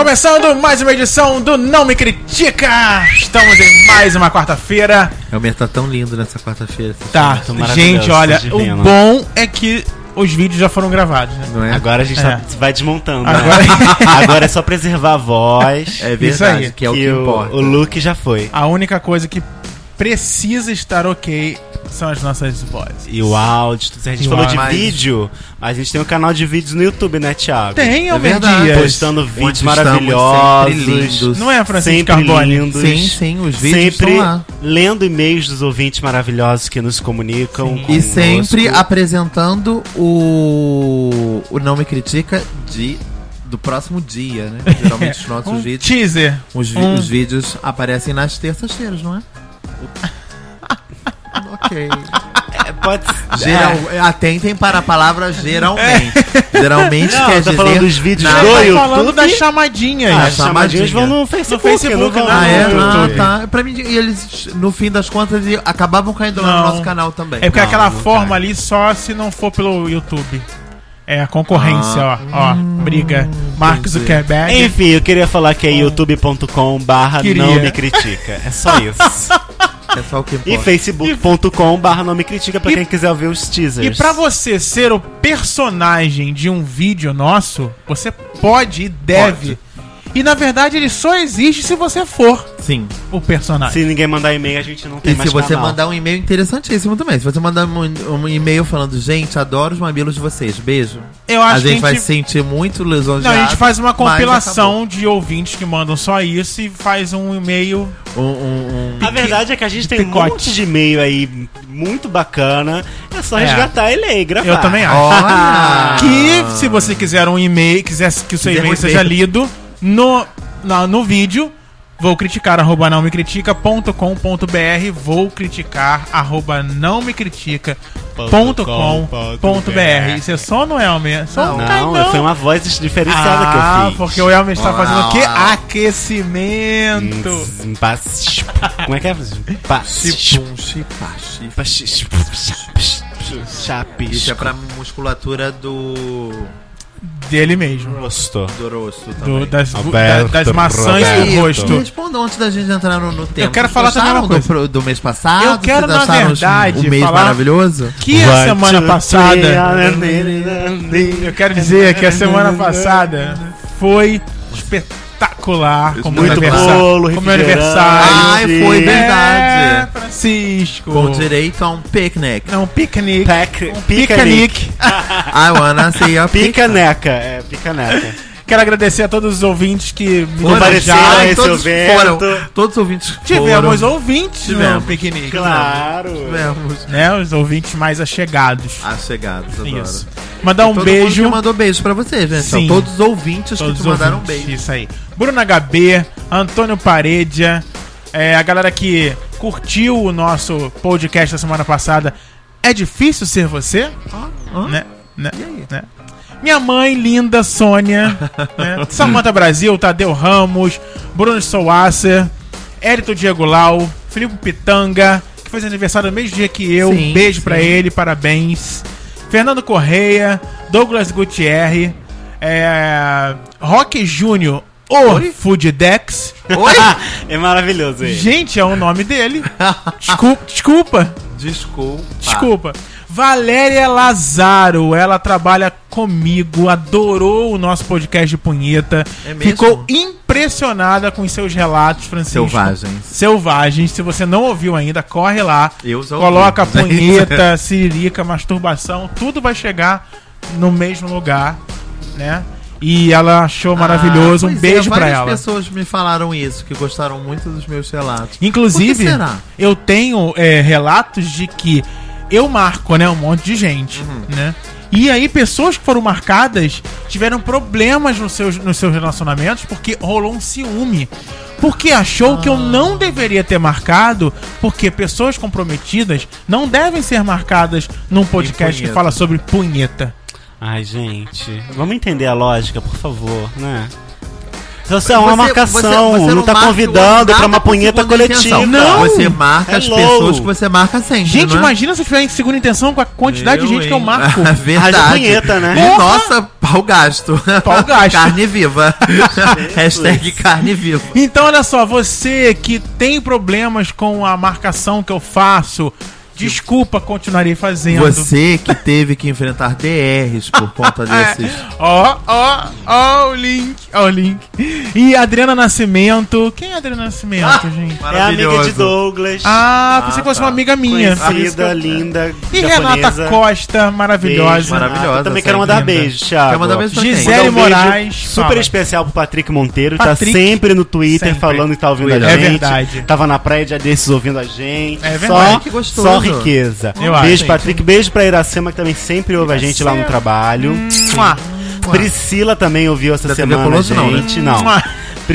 Começando mais uma edição do Não Me Critica. Estamos em mais uma quarta-feira. O Elmer tá tão lindo nessa quarta-feira. Tá, gente, olha, o bom é que os vídeos já foram gravados, né? Não é? Agora a gente vai desmontando, agora... né? Agora é só preservar a voz. É verdade, isso aí. que é o que importa. O look já foi. A única coisa que precisa estar ok são as nossas vozes. E o áudio. A gente falou de vídeo, mas a gente tem um canal de vídeos no YouTube, né, Thiago? Tem, é verdade. Dias. Postando vídeos maravilhosos. maravilhosos. Não é, Francisco sempre Carbone? lindos. Sim, os vídeos sempre estão lá. Lendo e-mails dos ouvintes maravilhosos que nos comunicam. Sim. E sempre apresentando o Não Me Critica do próximo dia, né? Geralmente os nossos vídeos. Teaser. Os vídeos aparecem nas terças-feiras, não é? Ok. Pode Atentem para a palavra geralmente. Geralmente não, quer tô dizer. falando dos vídeos nada. do Tá YouTube. falando das chamadinhas. As chamadinhas vão no Facebook, não vão Ah, é? no Ah, YouTube. tá. Pra mim, e eles, no fim das contas, acabavam caindo lá no Não. nosso canal também. É porque aquela não forma cai. ali só se não for pelo YouTube. É a concorrência, ó. Briga. Mark Zuckerberg. Enfim, eu queria falar que é youtube.com/não Queria. me critica. É só isso. É só o que importa. E facebook.com/não me critica pra quem quiser ver os teasers. E pra você ser o personagem de um vídeo nosso, você pode e deve. E na verdade ele só existe se você for Sim. o personagem. Se ninguém mandar e-mail, a gente não tem E mais se você canal. mandar um e-mail interessantíssimo também. Se você mandar um e-mail falando, gente, adoro os mamilos de vocês, beijo. Eu acho A gente que vai se sentir muito lisonjeado. Não, a gente faz uma mas compilação de ouvintes que mandam só isso e faz um e-mail. A verdade é que a gente tem um picote. monte de e-mail aí muito bacana. É só resgatar ele aí e gravar. Eu também acho. Olha! Que se você quiser um e-mail, quiser que o seu Quiser e-mail um seja e-mail. lido no vídeo, vou criticar @nãomecritica.com.br, vou criticar @nãomecritica.com.br. Isso é só no Elmer? Só Não, foi uma voz diferenciada que eu fiz. porque o Elmer está fazendo o quê? Uau. Aquecimento. Como é que é? Isso é pra musculatura do Dele mesmo. Gostou. rosto também. Das Alberto maçãs Roberto. do rosto. Me respondam antes da gente entrar no tempo. Eu quero Vocês falar também uma gostaram coisa. do mês passado? Eu quero, Vocês na acharam verdade, o mês falar- maravilhoso? Que a semana passada. Eu quero dizer que a semana passada foi espetacular. Como Muito aniversário. bolo, Como refrigerante. aniversário. Ai, foi verdade. Francisco. Com direito a um picnic. É um piquenique. Piquenique. I wanna see a picnic. Picaneca. É, picaneca. Quero agradecer a todos os ouvintes que me Compareceram elogiaram. a esse todos evento. foram. Todos os ouvintes Tivemos foram. ouvintes no Tivemos. piquenique. Claro. Tivemos. Né? Os ouvintes mais achegados. Chegados, adoro. Isso. Mandar um Todo beijo. mundo que mandou beijo pra vocês, né? Sim. São todos os ouvintes Todos que os te mandaram um ouvintes, beijo. Isso aí. Bruno HB, Antônio Paredia, a galera que curtiu o nosso podcast da semana passada. É difícil ser você? Né? Né? E aí? Né? Minha mãe, linda Sônia, né? Samanta Brasil, Tadeu Ramos, Bruno Souasser, Érito Diego Lau, Filipe Pitanga, que fez aniversário no mesmo dia que eu. Sim, Beijo sim. pra ele, parabéns. Fernando Correia, Douglas Gutierre, Roque Júnior, o Fooddex. Oi? É maravilhoso ele. Gente, é o nome dele. Desculpa. Desculpa. Valéria Lazaro, ela trabalha comigo, adorou o nosso podcast de punheta. É mesmo? Ficou impressionada com os seus relatos, Francisco. Selvagens. Se você não ouviu ainda, corre lá. Eu já Coloca ouvi. punheta, siririca, masturbação, tudo vai chegar no mesmo lugar, né? E ela achou maravilhoso. Um beijo pra ela. Várias pessoas me falaram isso, que gostaram muito dos meus relatos. Inclusive, Por que será? eu tenho relatos de que eu marco, né, um monte de gente, né? E aí pessoas que foram marcadas tiveram problemas nos seus relacionamentos porque rolou um ciúme. Porque achou que eu não deveria ter marcado, porque pessoas comprometidas não devem ser marcadas num podcast que fala sobre punheta. Ai, gente. Vamos entender a lógica, por favor, né? Você é uma marcação, você não tá convidando pra uma punheta coletiva. Não. Você marca as pessoas que você marca sempre. Gente, não é? imagina se eu estiver em segunda intenção com a quantidade de gente que eu marco. Verdade. Haja punheta, né? Nossa, Pau gasto. Pau gasto. Carne viva. Hashtag carne viva. Então, olha só, você que tem problemas com a marcação que eu faço, desculpa, continuarei fazendo. Você que teve que enfrentar DRs por conta desses... Ó o link. E Adriana Nascimento. Quem é Adriana Nascimento, gente? É amiga de Douglas. Pensei que fosse uma amiga minha. Conhecida, linda, E japonesa. Renata Costa, maravilhosa. Beijo, Maravilhosa, também essa quero mandar linda. beijo, Thiago. Quer mandar beijo pra quem? Gisele Mandar um beijo Moraes. super fala. especial pro Patrick Monteiro, Patrick, tá sempre no Twitter sempre. falando que tá ouvindo a É gente. verdade. Tava na praia dia desses ouvindo a gente. É verdade. Só, Que gostoso. só riqueza. Eu acho, Beijo, gente. Patrick. Beijo pra Iracema, que também sempre ouve a gente lá no trabalho. Mua. Priscila também ouviu essa Da TV semana a Colosso, não, né? gente. Não. Mua.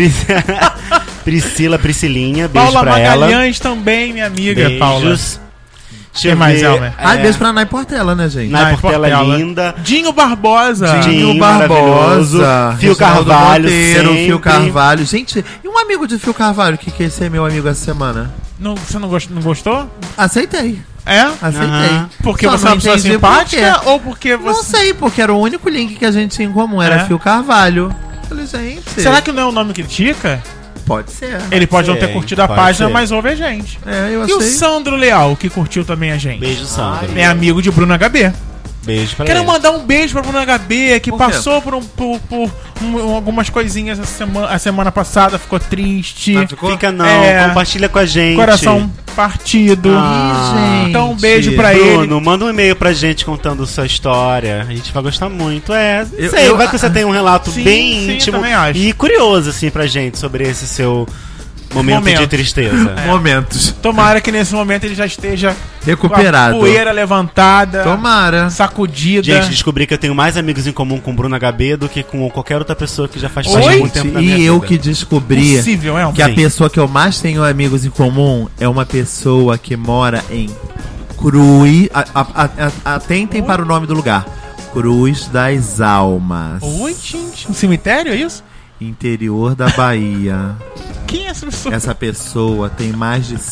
Priscilinha, beijo Paula pra ela. Magalhães também, minha amiga, Paula. Beijos. Deixa Quem eu mais, ver. Elmer? Beijo pra Nay Portela, né, gente? Nay Portela Portela. linda. Dinho Barbosa. Dinho maravilhoso. Fio Reginaldo Carvalho, Monteiro, sempre. Fio Carvalho. Gente, e um amigo de Fio Carvalho que quer ser meu amigo essa semana? Você não gostou? Aceitei. É? Aceitei. Aham. Porque Só você é uma não pessoa entendi simpática? por quê. Ou porque Não você... sei, porque era o único link que a gente tinha em comum. Era É? Fio Carvalho. Falei, gente... Será que não é o nome critica? Pode ser. Ele pode não ter ser, curtido a pode página, ser. mas ouve a gente. Eu E o achei. Sandro Leal, que curtiu também a gente. Beijo, Sandro. É amigo de Bruno HB. Beijo pra Quero ele. mandar um beijo pra Bruno HB, que Por quê? passou por algumas coisinhas a semana passada, ficou triste. Ah, ficou? Fica não, É. compartilha com a gente. Coração partido. Ih, Então, um gente. beijo pra ele. Bruno, manda um e-mail pra gente contando sua história. A gente vai gostar muito. Eu- Sei, eu- vai que você tem um relato Sim, bem sim, eu íntimo também acho. e curioso, assim, pra gente sobre esse seu momento de tristeza. Momentos. Tomara que nesse momento ele já esteja Recuperado. com a poeira levantada, Tomara. sacudida. Gente, descobri que eu tenho mais amigos em comum com o Bruno HB do que com qualquer outra pessoa que já faz parte Oi? de muito tempo na minha E eu vida. que descobri Possível, é um que a Sim. pessoa que eu mais tenho amigos em comum é uma pessoa que mora em Cruz. Atentem para o nome do lugar: Cruz das Almas. Oi, gente. Um cemitério, é isso? Interior da Bahia. Quem é essa pessoa? Essa pessoa tem mais de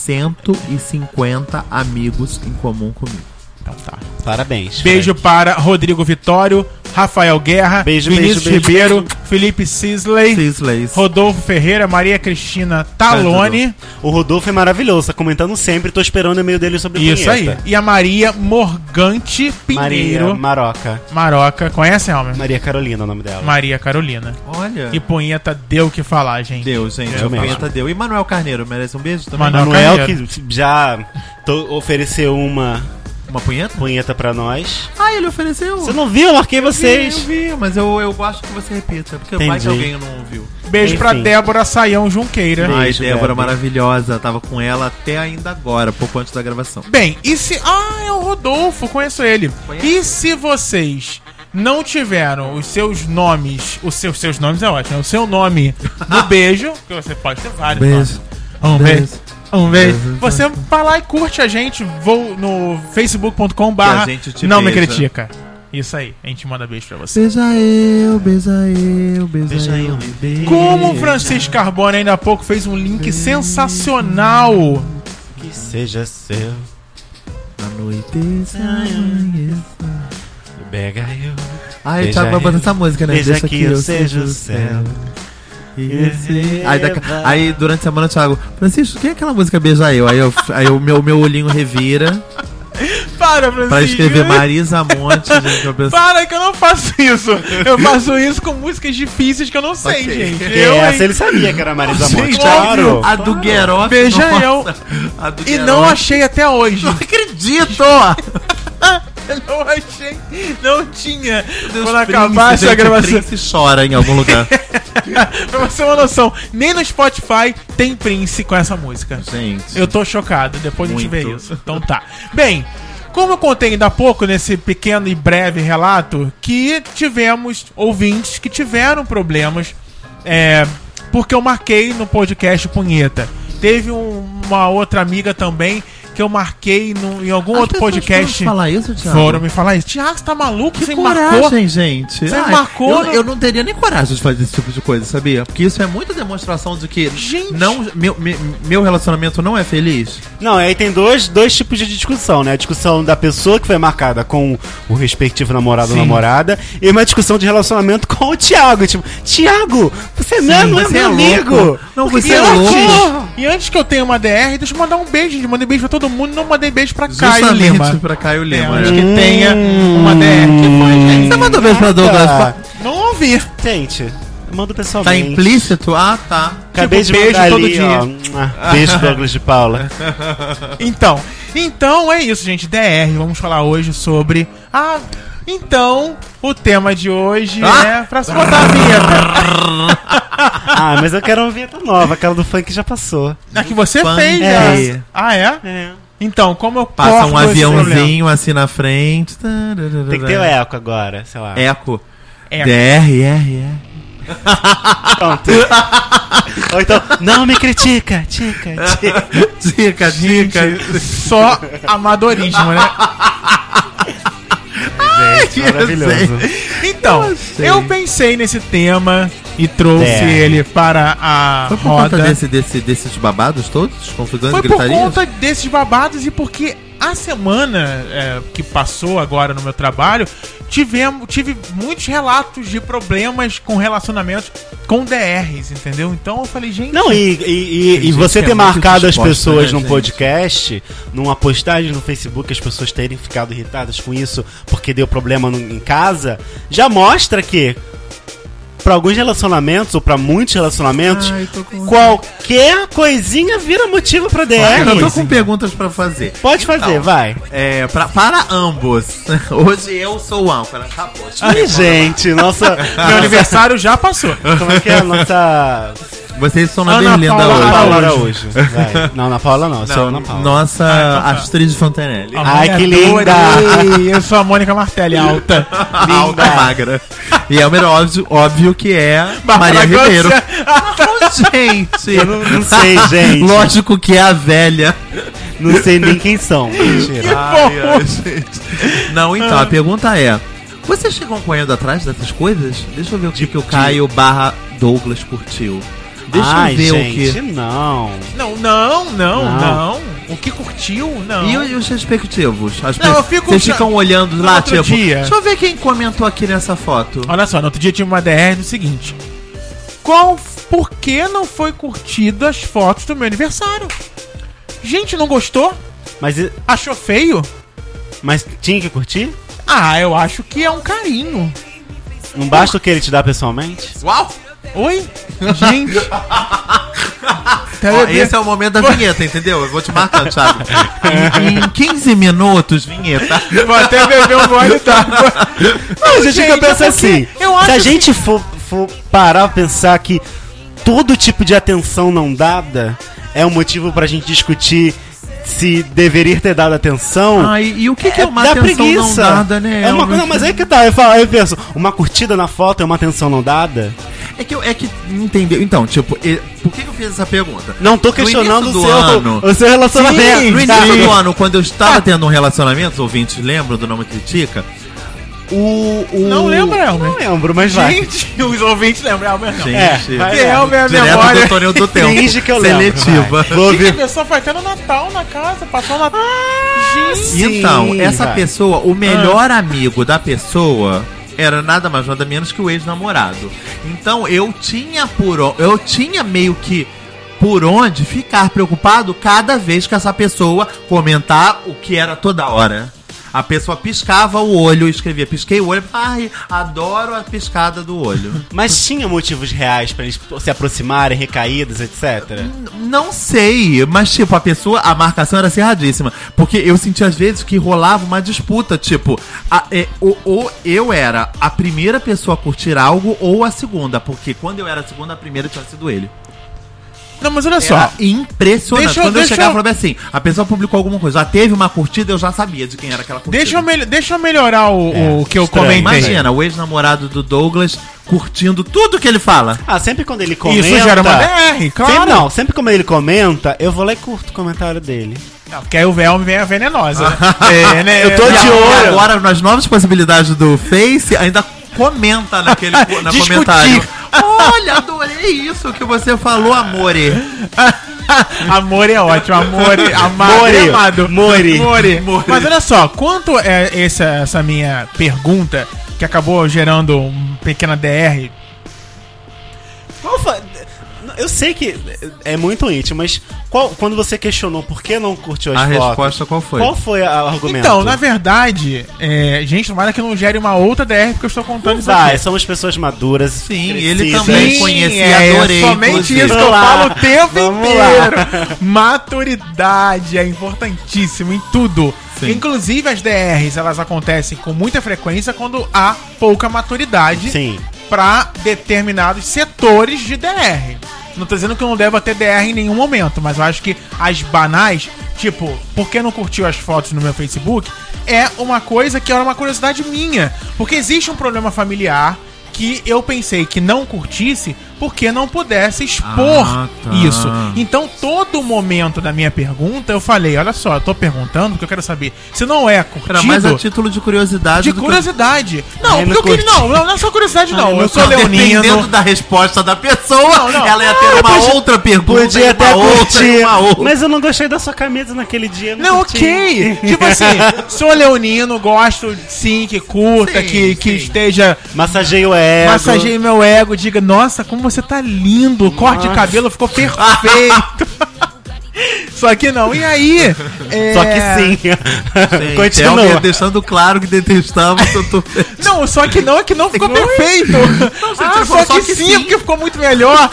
150 amigos em comum comigo. Então tá. Parabéns. Beijo para Rodrigo Vitório, Rafael Guerra, Beijo, Vinícius beijo, beijo, Ribeiro, beijo. Felipe Sisley, Cisleis. Rodolfo Ferreira, Maria Cristina Talone. O Rodolfo é maravilhoso, tá comentando sempre. Tô esperando o e-mail dele sobre Isso aí. punheta. E a Maria Morgante Pinheiro. Maria Maroca. Maroca. Conhece, Almer? Maria Carolina é o nome dela. Maria Carolina. Olha. E punheta deu o que falar, gente. Deus, gente. Eu A mesmo. punheta deu. E Manuel Carneiro merece um beijo também? Manuel Manuel, Carneiro. que já ofereceu uma Uma punheta? punheta pra nós. Ah, ele ofereceu. Você não viu? Eu marquei vocês. Eu vi, mas eu gosto que você repita. Porque vai Entendi. que alguém não viu. Beijo pra Enfim. Débora Saião Junqueira. Beijo. Ai, Débora, Gabi. maravilhosa. Tava com ela até ainda agora, pouco antes da gravação. Bem, e se... Ah, é o Rodolfo, conheço ele. Conhece? E se vocês não tiveram os seus nomes... Os seus nomes é ótimo. O seu nome no beijo, que você pode ter vários Beijo. nomes. Um beijo. Um beijo. Beijo. Você vai lá e curte a gente. Vou no facebook.com/. Que a gente te Não me beija. critica. Isso aí. A gente manda beijo pra você. Beija eu, beija eu, beija Beija eu. eu, me beija. Como o Francisco Carbone ainda há pouco fez um link sensacional. Que seja seu. A noite se amanhece. Pega eu. Ai, o Beija Thiago vai eu. botar essa música, né? Beija que eu seja o céu. Aí durante a semana o Thiago, Francisco, quem é aquela música Beija Eu? Aí o meu olhinho revira Para, Francisco. pra escrever Marisa Monte. Gente, eu penso, Para que eu não faço isso. Eu faço isso com músicas difíceis que eu não sei, Ok. gente. Que Eu, essa hein? ele sabia que era Marisa Monte. Gente, Claro. a do Gueroff. Beija nossa, eu. a do E Gueroff. não achei até hoje. Não acredito! Eu não achei. Não tinha. Deus, Quando acabasse a gente, gravação. Prince chora em algum lugar. Pra você ter uma noção, nem no Spotify tem Prince com essa música. Gente. Eu tô chocado, depois a gente vê Muito. isso. Então tá. Bem, como eu contei ainda há pouco nesse pequeno e breve relato, que tivemos ouvintes que tiveram problemas, porque eu marquei no podcast Punheta. Teve uma outra amiga também que eu marquei em algum As outro pessoas podcast. foram falar isso, Thiago? Foram me falar isso. Thiago, você tá maluco? Que Você coragem, marcou? gente. Você marcou Eu não teria nem coragem de fazer esse tipo de coisa, sabia? Porque isso é muita demonstração de que Gente. meu relacionamento não é feliz. Não, aí tem dois tipos de discussão, né? A discussão da pessoa que foi marcada com o respectivo namorado ou Sim. namorada e uma discussão de relacionamento com o Thiago. Tipo, Thiago, você não é você meu é amigo. louco. Não, Porque você é eu louco. amo. E antes que eu tenha uma DR, deixa eu mandar um beijo. Eu mandei beijo pra todo mundo, não mandei beijo pra Caio Justamente Lima. pra Caio Lima. Antes É. que tenha uma DR. Que foi, gente? Você mandou beijo pra Douglas? Não ouvi. Gente, manda Tá pessoalmente. implícito? Ah, tá. Acabei Tipo, de beijo mandar todo ali, dia. ó. Beijo, Douglas de Paula. Então é isso, gente. DR. Vamos falar hoje sobre... Então, o tema de hoje é pra se botar a vinheta. Ah, mas eu quero uma vinheta nova. Aquela do funk já passou. A que você Funk. fez, É. já. Ah, é? É. Então, como eu Passa um corto esse problema? aviãozinho assim na frente. Tem que ter o eco agora, sei lá. Eco. Eco. DR. Pronto. Ou então, não me critica, tica. Dica. Só amadorismo, né? Gente, maravilhoso. Então, eu pensei nesse tema e trouxe ele para a Foi por roda. conta desses babados todos? Confusões Foi e por gritarias? conta desses babados e porque a semana que passou agora no meu trabalho, tive muitos relatos de problemas com relacionamentos com DRs, entendeu? Então eu falei, gente... Não, e gente você que é ter muito marcado as disposta, pessoas né, num gente? podcast, numa postagem no Facebook, as pessoas terem ficado irritadas com isso porque deu problema em casa, já mostra que pra alguns relacionamentos, ou pra muitos relacionamentos, Ai, tô com- qualquer coisinha vira motivo pra DR. Eu tô com perguntas pra fazer. Pode fazer, vai. Para ambos. Hoje eu sou o âncora. Acabou. Ai, gente, nossa. Meu aniversário já passou. Como é que é a nossa. Vocês estão na Ana Berlinda Paula hoje. Ana Paula Araújo. Araújo. Vai. Não, Ana Paula não, sou Ana Paula. Nossa Astrid Fontenelle. Ai, que linda. Eu sou a Mônica Martelli, alta. Alta magra. E é óbvio que é Maria Ribeiro. Gente. Eu não sei, gente. Lógico que é a velha. Não sei nem quem são. Mentira. Ai, gente. Não, então, a pergunta é: vocês ficam correndo atrás dessas coisas? Deixa eu ver o que o Caio / Douglas curtiu. Deixa Ai, eu ver gente, o que. não. Não. O que curtiu? Não. E os respectivos? Eu fico Vocês já- ficam olhando no lá, outro tipo. dia. Deixa eu ver quem comentou aqui nessa foto. Olha só, no outro dia tive uma DR do seguinte. Por que não foi curtido as fotos do meu aniversário? Gente, não gostou? Achou feio? Mas tinha que curtir? Eu acho que é um carinho. Não basta o que ele te dá pessoalmente? Uau! Oi? Gente. Ó, esse é o momento da vinheta, entendeu? Eu vou te marcando, Thiago. Em 15 minutos, vinheta. Vou até beber um gole d'água. Não, a gente gente, fica pensando é assim. porque eu acho Se a que- gente for parar pra pensar que todo tipo de atenção não dada é um motivo pra gente discutir se deveria ter dado atenção. E o que é uma dá atenção preguiça. não dada, né? É uma coisa, mas aí que tá. Eu penso, uma curtida na foto é uma atenção não dada? É que entendeu? Então, tipo, por que eu fiz essa pergunta? Não tô No questionando início do ano- o seu relacionamento. No início do ano, quando eu estava tendo um relacionamento, os ouvintes lembram do Não Me Critica? Não lembra, Elmer? Não lembro, mas vai. Gente, os ouvintes lembram, Elmer não. Gente, vai Que Elmer é a direto memória. do túnel do tempo. Finge que eu lembro, Seletiva. vai. Vou Gente, a ouvir. pessoa foi até no Natal na casa, passou o Natal. Gente. Sim, Então, essa vai. pessoa, o melhor amigo da pessoa era nada mais nada menos que o ex-namorado. Então eu tinha meio que por onde ficar preocupado cada vez que essa pessoa comentar o que era toda hora. A pessoa piscava o olho, escrevia pisquei o olho, ai, adoro a piscada do olho. Mas tinha motivos reais pra eles se aproximarem, recaídas, etc? Não sei, mas tipo, a marcação era acirradíssima. Porque eu senti às vezes que rolava uma disputa, tipo, ou eu era a primeira pessoa a curtir algo ou a segunda. Porque quando eu era a segunda, a primeira tinha sido ele. Não, mas olha Era só. impressionante. Quando eu chegava e falava assim, a pessoa publicou alguma coisa, já teve uma curtida, eu já sabia de quem era aquela curtida. Deixa eu melhorar o que eu estranho. comentei. Imagina, o ex-namorado do Douglas curtindo tudo que ele fala. Sempre quando ele comenta... Isso gera uma DR, claro. Sempre quando ele comenta, eu vou lá e curto o comentário dele. Não, porque aí o véu vem a venenosa, né? Né? Eu tô de E olho. agora, nas novas possibilidades do Face, ainda comenta naquele comentário. Olha, adorei isso que você falou, amore. Amor é ótimo, amor é amado. More. Mas olha só, quanto é essa minha pergunta, que acabou gerando um pequena DR. Eu sei que é muito íntimo, mas quando você questionou por que não curtiu as A fotos... resposta qual foi? Qual foi o argumento? Então, na verdade, gente, tomara que não gere uma outra DR, porque eu estou contando isso aqui. Somos pessoas maduras. Sim, crescidas. ele também conhecia e adorei. Somente inclusive. isso que eu Vamos lá. falo o tempo Vamos inteiro. Maturidade é importantíssimo em tudo. Sim. Inclusive as DRs, elas acontecem com muita frequência quando há pouca maturidade Sim. para determinados setores de DR. Não tô dizendo que eu não devo ter DR em nenhum momento, mas eu acho que as banais, tipo, por que não curtiu as fotos no meu Facebook, é uma coisa que era uma curiosidade minha. Porque existe um problema familiar que eu pensei que não curtisse porque não pudesse expor isso. Então, todo momento da minha pergunta, eu falei, olha só, eu tô perguntando porque eu quero saber se não é curtido... Era mais a título de curiosidade. De do que- curiosidade. Não, Ai, porque eu queria... Não é só curiosidade, não. Eu sou leonino. Dependendo da resposta da pessoa, Não. ela ia ter uma outra pergunta, Podia e até uma outra, curtir, e uma outra. mas eu não gostei da sua camisa naquele dia. Não, curti. ok. Tipo assim, sou leonino, gosto sim, que curta, Sim, que sim. esteja... Massageei o ego. Massageie meu ego, diga, nossa, como você tá lindo, o corte de cabelo ficou perfeito. Só que não, e aí? Só que sim. Sim, Continua. Thelma deixando claro que detestava o Tutu. Não, só que não, é que não ficou perfeito. Só que sim, porque ficou muito melhor.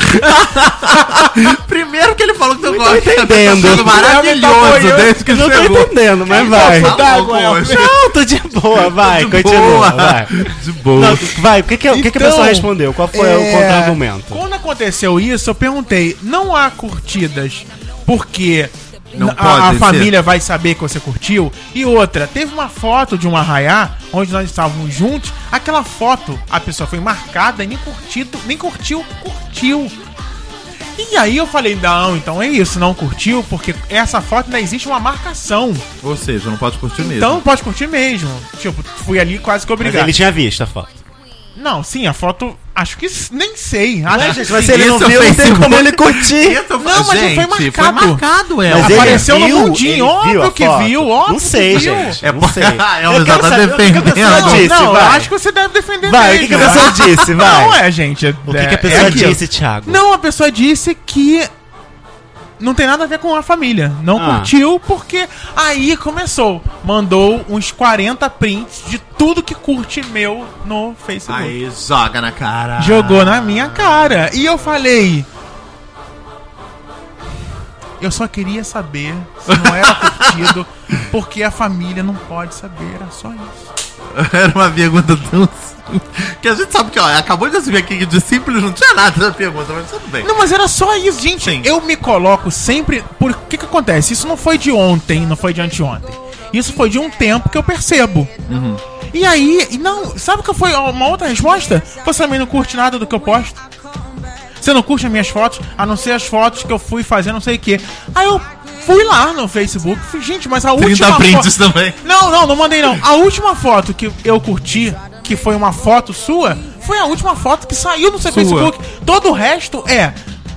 Primeiro que ele falou que tu tô gosta. entendendo. Tá sendo maravilhoso Eu desde que Eu não tô chegou. entendendo, mas vai. Copo d'água, Não, tô de boa, vai, De continua. boa. Vai. De boa. Não, vai, o que a Então, pessoa respondeu? Qual foi o contra-argumento? Quando aconteceu isso, eu perguntei, não há curtidas porque Não a pode família vai saber que você curtiu? E outra, teve uma foto de um arraiá onde nós estávamos juntos. Aquela foto, a pessoa foi marcada e nem curtiu. E aí eu falei, não, então é isso, não curtiu, porque essa foto ainda existe uma marcação. Ou seja, não pode curtir mesmo. Então não pode curtir mesmo. Tipo, fui ali quase que Mas obrigado. ele tinha visto a foto. Não, sim, a foto, acho que nem sei. Acho que Mas sim. se ele não Esse é o viu, não tem Facebook. como ele curtir. Não, Não, mas não foi marcado. Foi marcado, é. Mas Mas ele apareceu no viu? mundinho, Ele óbvio viu a que foto? viu, óbvio Não sei, que viu. gente. É, Não sei. ela Eu já quero tá saber o que a defendendo. pessoa Não, disse, não, vai. eu acho que você deve defender Vai, o que a pessoa disse, vai. Não é, gente. O que a pessoa disse, Thiago? Não, a pessoa disse que não tem nada a ver com a família. Não curtiu porque aí começou. Mandou uns 40 prints de tudo que curte meu no Facebook. Aí joga na cara. Jogou na minha cara. E eu falei... Eu só queria saber se não era curtido, porque a família não pode saber, era só isso. Era uma pergunta tão simples. Que a gente sabe que, ó, acabou de assumir aqui que de simples não tinha nada na pergunta, mas tudo bem. Não, mas era só isso, gente. Sim. Eu me coloco sempre... Por que que acontece? Isso não foi de ontem, não foi de anteontem. Isso foi de um tempo que eu percebo. E aí, não, sabe o que foi uma outra resposta? Você também não curte nada do que eu posto? Você não curte as minhas fotos, a não ser as fotos que eu fui fazer não sei o que. Aí eu fui lá no Facebook, falei, gente, mas a 30 última prints foto... também. Não mandei não. A última foto que eu curti, que foi uma foto sua, foi a última foto que saiu no seu Sua. Facebook. Todo o resto é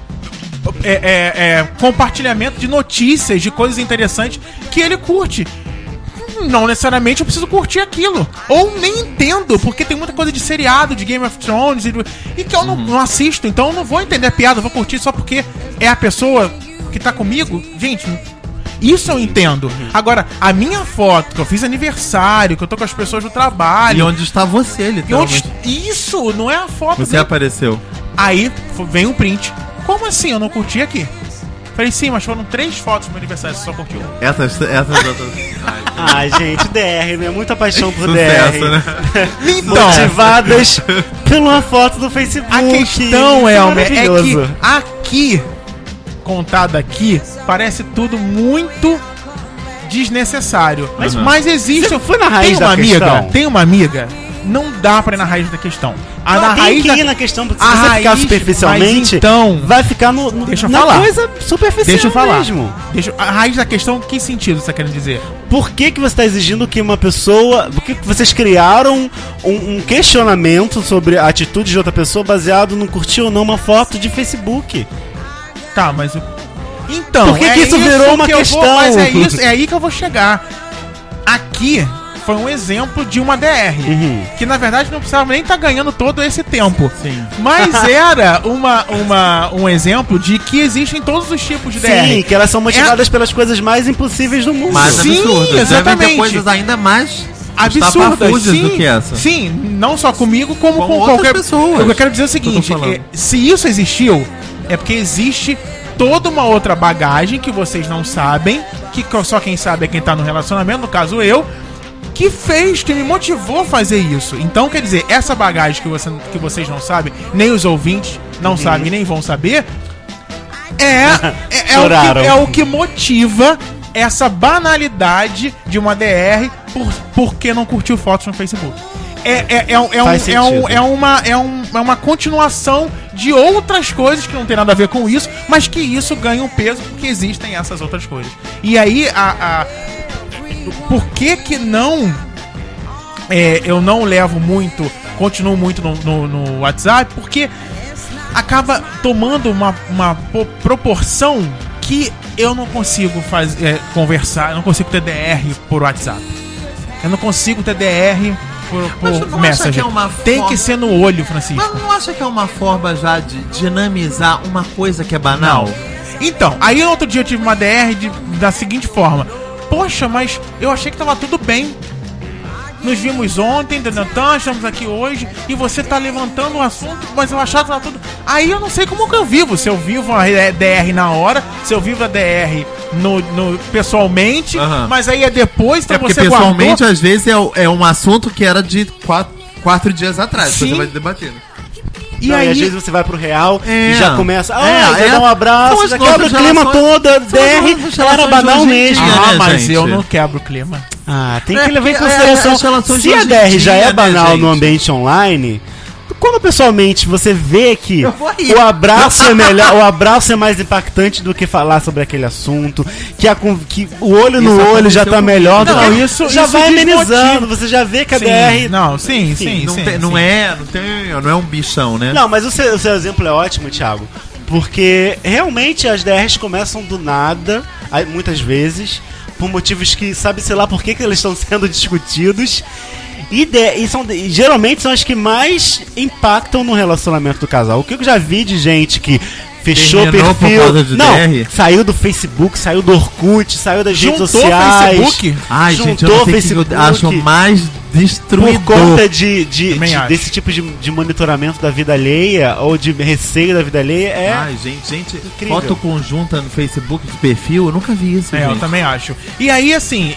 compartilhamento de notícias, de coisas interessantes que ele curte. Não necessariamente eu preciso curtir aquilo. Ou nem entendo, porque tem muita coisa de seriado, de Game of Thrones e que eu não assisto. Então eu não vou entender a piada, eu vou curtir só porque é a pessoa que tá comigo. Gente, isso eu entendo. Agora, a minha foto, que eu fiz aniversário, que eu tô com as pessoas do trabalho. E onde está você, E onde... literalmente? Isso, não é a foto. Você apareceu. Aí vem um print. Como assim? Eu não curti aqui? Falei, sim, mas foram 3 fotos do meu aniversário, você só curtiu. Essas outras. Ai, gente, DR, né? Muita paixão por Sucesso, DR. né? Então, Motivadas pela foto do Facebook. a questão, Isso Elmer, é que maravilhoso. aqui, contado aqui, parece tudo muito desnecessário. Mas existe... Você foi na raiz tem uma da amiga, questão? tem uma amiga não dá pra ir na raiz da questão. Tem que ir na questão, porque se a você ficar raiz, superficialmente, mas então, vai ficar deixa eu na falar. coisa superficial Deixa eu falar. mesmo. A raiz da questão, que sentido você tá querendo dizer? Por que você está exigindo que uma pessoa... Por que vocês criaram um questionamento sobre a atitude de outra pessoa baseado no curtir ou não uma foto de Facebook? Tá, mas... Então, por que isso virou uma questão? Mas é aí que eu vou chegar. Aqui foi um exemplo de uma DR. Que na verdade não precisava nem estar ganhando todo esse tempo. Sim. Mas era um exemplo de que existem todos os tipos de DR. Sim, que elas são motivadas pelas coisas mais impossíveis do mundo. Mais Sim, absurdas. exatamente. Devem ter coisas ainda mais Absurdas, sim, do que essa. Sim, não só comigo, como com outras qualquer pessoas. O que eu quero dizer é o seguinte: se isso existiu, é porque existe toda uma outra bagagem que vocês não sabem, que só quem sabe é quem tá no relacionamento, no caso eu, que me motivou a fazer isso. Então, quer dizer, essa bagagem que vocês não sabem, nem os ouvintes não sabem, nem vão saber, é o que motiva essa banalidade de uma DR porque não curtiu fotos no Facebook. É uma continuação de outras coisas que não tem nada a ver com isso, mas que isso ganha um peso porque existem essas outras coisas. E aí, por que não eu não levo muito, continuo muito no WhatsApp? Porque acaba tomando uma proporção que eu não consigo conversar, eu não consigo ter DR por WhatsApp. Eu não consigo ter DR por Messenger. Tem que ser no olho, Francisco. Mas não acha que é uma forma já de dinamizar uma coisa que é banal? Não. Então, aí no outro dia eu tive uma DR da seguinte forma: poxa, mas eu achei que tava tudo bem. Nos vimos ontem, estamos aqui hoje, e você tá levantando um assunto, mas eu achava que tava tudo... Aí eu não sei como que eu vivo. Se eu vivo a DR na hora, se eu vivo a DR pessoalmente, mas aí é depois, então porque você pessoalmente, guardou... às vezes, é um assunto que era de 4 dias atrás. Sim. Você vai debatendo. E às vezes você vai pro real e já começa. Já dá um abraço, já quebra o clima todo. DR era banal mesmo. Mas eu não quebro o clima. Tem que levar em consideração. Se a DR já é banal no ambiente online, quando pessoalmente você vê que o abraço é melhor, o abraço é mais impactante do que falar sobre aquele assunto, que o olho no olho já tá melhor, isso já vai amenizando, você já vê que a DR... Não é um bichão, né? Não, mas o seu exemplo é ótimo, Thiago, porque realmente as DRs começam do nada, muitas vezes, por motivos que sabe-se lá por que eles estão sendo discutidos. E geralmente são as que mais impactam no relacionamento do casal. O que eu já vi de gente que fechou o perfil, saiu do Facebook, saiu do Orkut, saiu das redes sociais. Facebook? Ai, gente, eu acho mais destruidor. Por conta desse tipo de monitoramento da vida alheia ou de receio da vida alheia. Ai, gente, incrível. Foto conjunta no Facebook de perfil, eu nunca vi isso, gente. Eu também acho. E aí, assim,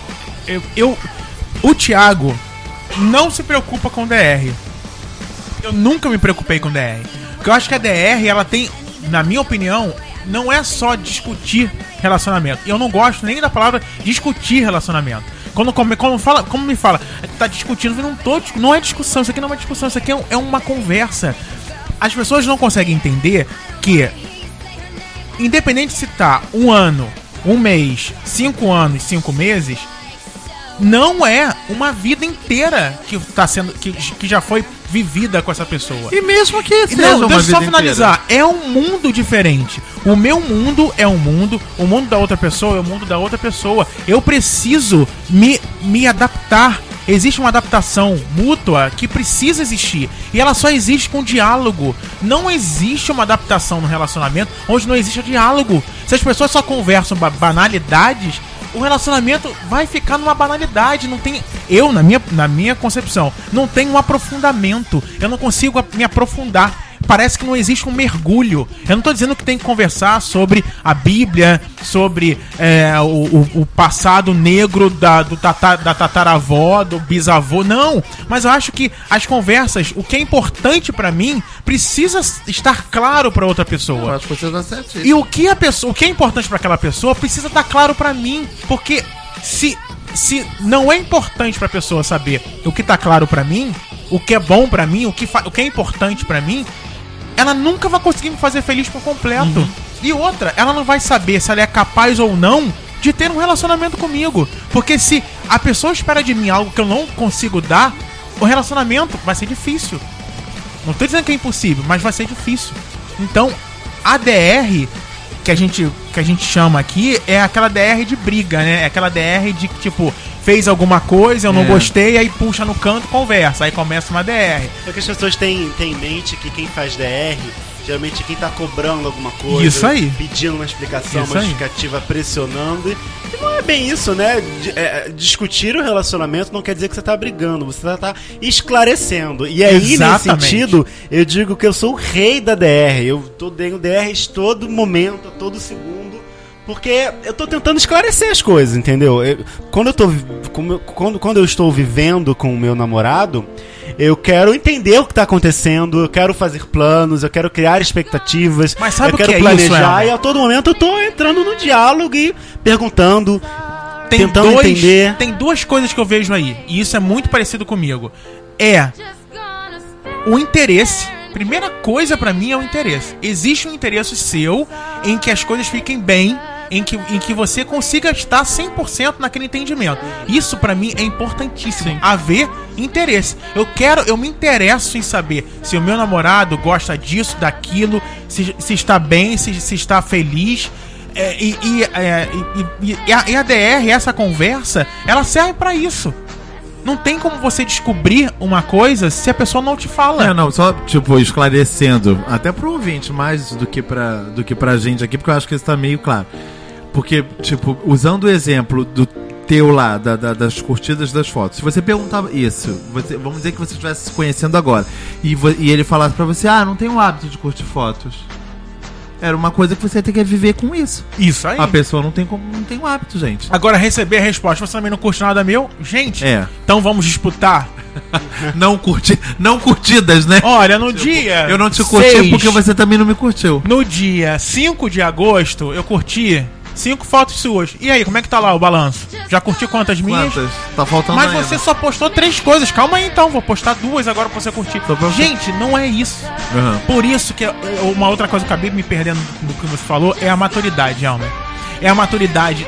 o Thiago não se preocupa com DR. Eu nunca me preocupei com DR. Porque eu acho que a DR, ela tem, na minha opinião, não é só discutir relacionamento. Eu não gosto nem da palavra discutir relacionamento. Como me fala, tá discutindo, não é discussão, isso aqui não é uma discussão, isso aqui é uma conversa. As pessoas não conseguem entender que, independente se tá 1 ano, 1 mês, 5 anos, 5 meses, não é uma vida inteira que tá sendo que já foi vivida com essa pessoa. E mesmo que seja uma deixa eu só finalizar. Inteira. É um mundo diferente. O meu mundo é um mundo, o mundo da outra pessoa é o mundo da outra pessoa. Eu preciso me adaptar. Existe uma adaptação mútua que precisa existir. E ela só existe com diálogo. Não existe uma adaptação no relacionamento onde não existe diálogo. Se as pessoas só conversam banalidades, o relacionamento vai ficar numa banalidade. Não tem. Na minha concepção, não tem um aprofundamento. Eu não consigo me aprofundar. Parece que não existe um mergulho. Eu não tô dizendo que tem que conversar sobre a Bíblia, sobre o passado negro da tataravó, do bisavô. Não, mas eu acho que as conversas, o que é importante pra mim, precisa estar claro pra outra pessoa. Eu acho que você tá certíssimo. E o que é importante pra aquela pessoa precisa estar claro pra mim. Porque se se não é importante pra pessoa saber o que tá claro pra mim, o que é bom pra mim, o que é importante pra mim, ela nunca vai conseguir me fazer feliz por completo. E outra, ela não vai saber se ela é capaz ou não de ter um relacionamento comigo. Porque se a pessoa espera de mim algo que eu não consigo dar, o relacionamento vai ser difícil. Não tô dizendo que é impossível, mas vai ser difícil. Então, a DR que a gente chama aqui é aquela DR de briga, né? É aquela DR de que, tipo, fez alguma coisa, eu não gostei, aí puxa no canto, conversa, aí começa uma DR. É que as pessoas têm em mente que quem faz DR, geralmente quem tá cobrando alguma coisa, isso aí, pedindo uma explicação, isso uma aí, justificativa, pressionando. E não é bem isso, né? Discutir o relacionamento não quer dizer que você tá brigando, você tá esclarecendo. E aí, exatamente, nesse sentido, eu digo que eu sou o rei da DR. Eu tenho DRs todo momento, todo segundo, porque eu tô tentando esclarecer as coisas, entendeu? Quando eu estou vivendo com o meu namorado, eu quero entender o que tá acontecendo, eu quero fazer planos, eu quero criar expectativas, mas sabe eu quero planejar, e a todo momento eu tô entrando no diálogo e perguntando, tentando entender. Tem duas coisas que eu vejo aí, e isso é muito parecido comigo. É o interesse. Primeira coisa pra mim é o interesse. Existe um interesse seu em que as coisas fiquem bem, em que você consiga estar 100% naquele entendimento. Isso pra mim é importantíssimo. Sim. Haver interesse. Eu me interesso em saber se o meu namorado gosta disso, daquilo, se está bem, se está feliz. E a DR, essa conversa, ela serve pra isso. Não tem como você descobrir uma coisa se a pessoa não te fala. Não, só, tipo, esclarecendo, até pro ouvinte, mais do que pra gente aqui, porque eu acho que isso tá meio claro. Porque, tipo, usando o exemplo do teu lá, das curtidas das fotos, se você perguntava isso, vamos dizer que você estivesse se conhecendo agora, e ele falasse pra você, não tenho o hábito de curtir fotos. Era uma coisa que você ia ter que viver com isso. Isso aí. A pessoa não tem o hábito, gente. Agora, receber a resposta, você também não curte nada meu? Gente, então vamos disputar. Não curtidas, né? Olha, no dia... Eu não te curti porque você também não me curtiu. No dia 5 de agosto, eu curti 5 fotos suas. E aí, como é que tá lá o balanço? Já curti quantas minhas? Tá faltando Mas ainda. você só postou 3 coisas. Calma aí então, vou postar 2 agora pra você curtir. Gente, não é isso. Por isso que uma outra coisa que eu acabei me perdendo do que você falou é a maturidade, Alma. É a maturidade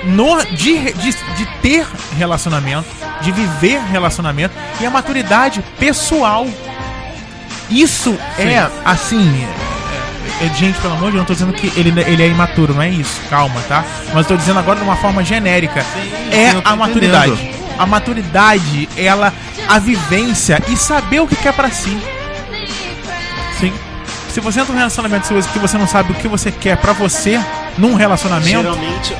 de ter relacionamento, de viver relacionamento, e a maturidade pessoal. Isso é, assim... Gente, pelo amor de Deus, não tô dizendo que ele é imaturo, não é isso, calma, tá? Mas eu tô dizendo agora de uma forma genérica. A maturidade. A maturidade, a vivência e saber o que quer pra si. Sim. Se você entra num relacionamento que você não sabe o que você quer pra você num relacionamento... Geralmente,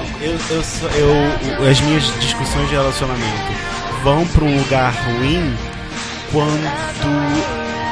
as minhas discussões de relacionamento vão pra um lugar ruim quando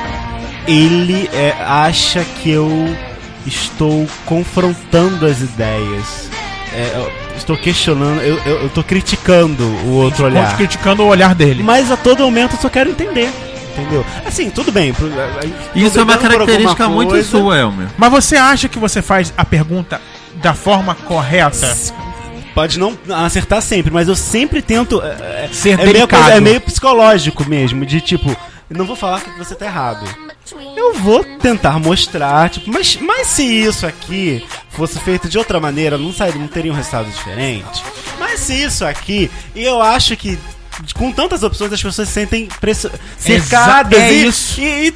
ele acha que eu estou confrontando as ideias. Estou questionando, eu estou criticando o outro olhar. Criticando o olhar dele. Mas a todo momento eu só quero entender. Entendeu? Assim, tudo bem. Isso é uma característica muito sua, Elmer. Mas você acha que você faz a pergunta da forma correta? Pode não acertar sempre, mas eu sempre tento ser delicado. É meio psicológico mesmo, de tipo, não vou falar que você tá errado. Eu vou tentar mostrar, tipo, mas se isso aqui fosse feito de outra maneira, não teria um resultado diferente. Mas se isso aqui, e eu acho que com tantas opções as pessoas se sentem cercadas e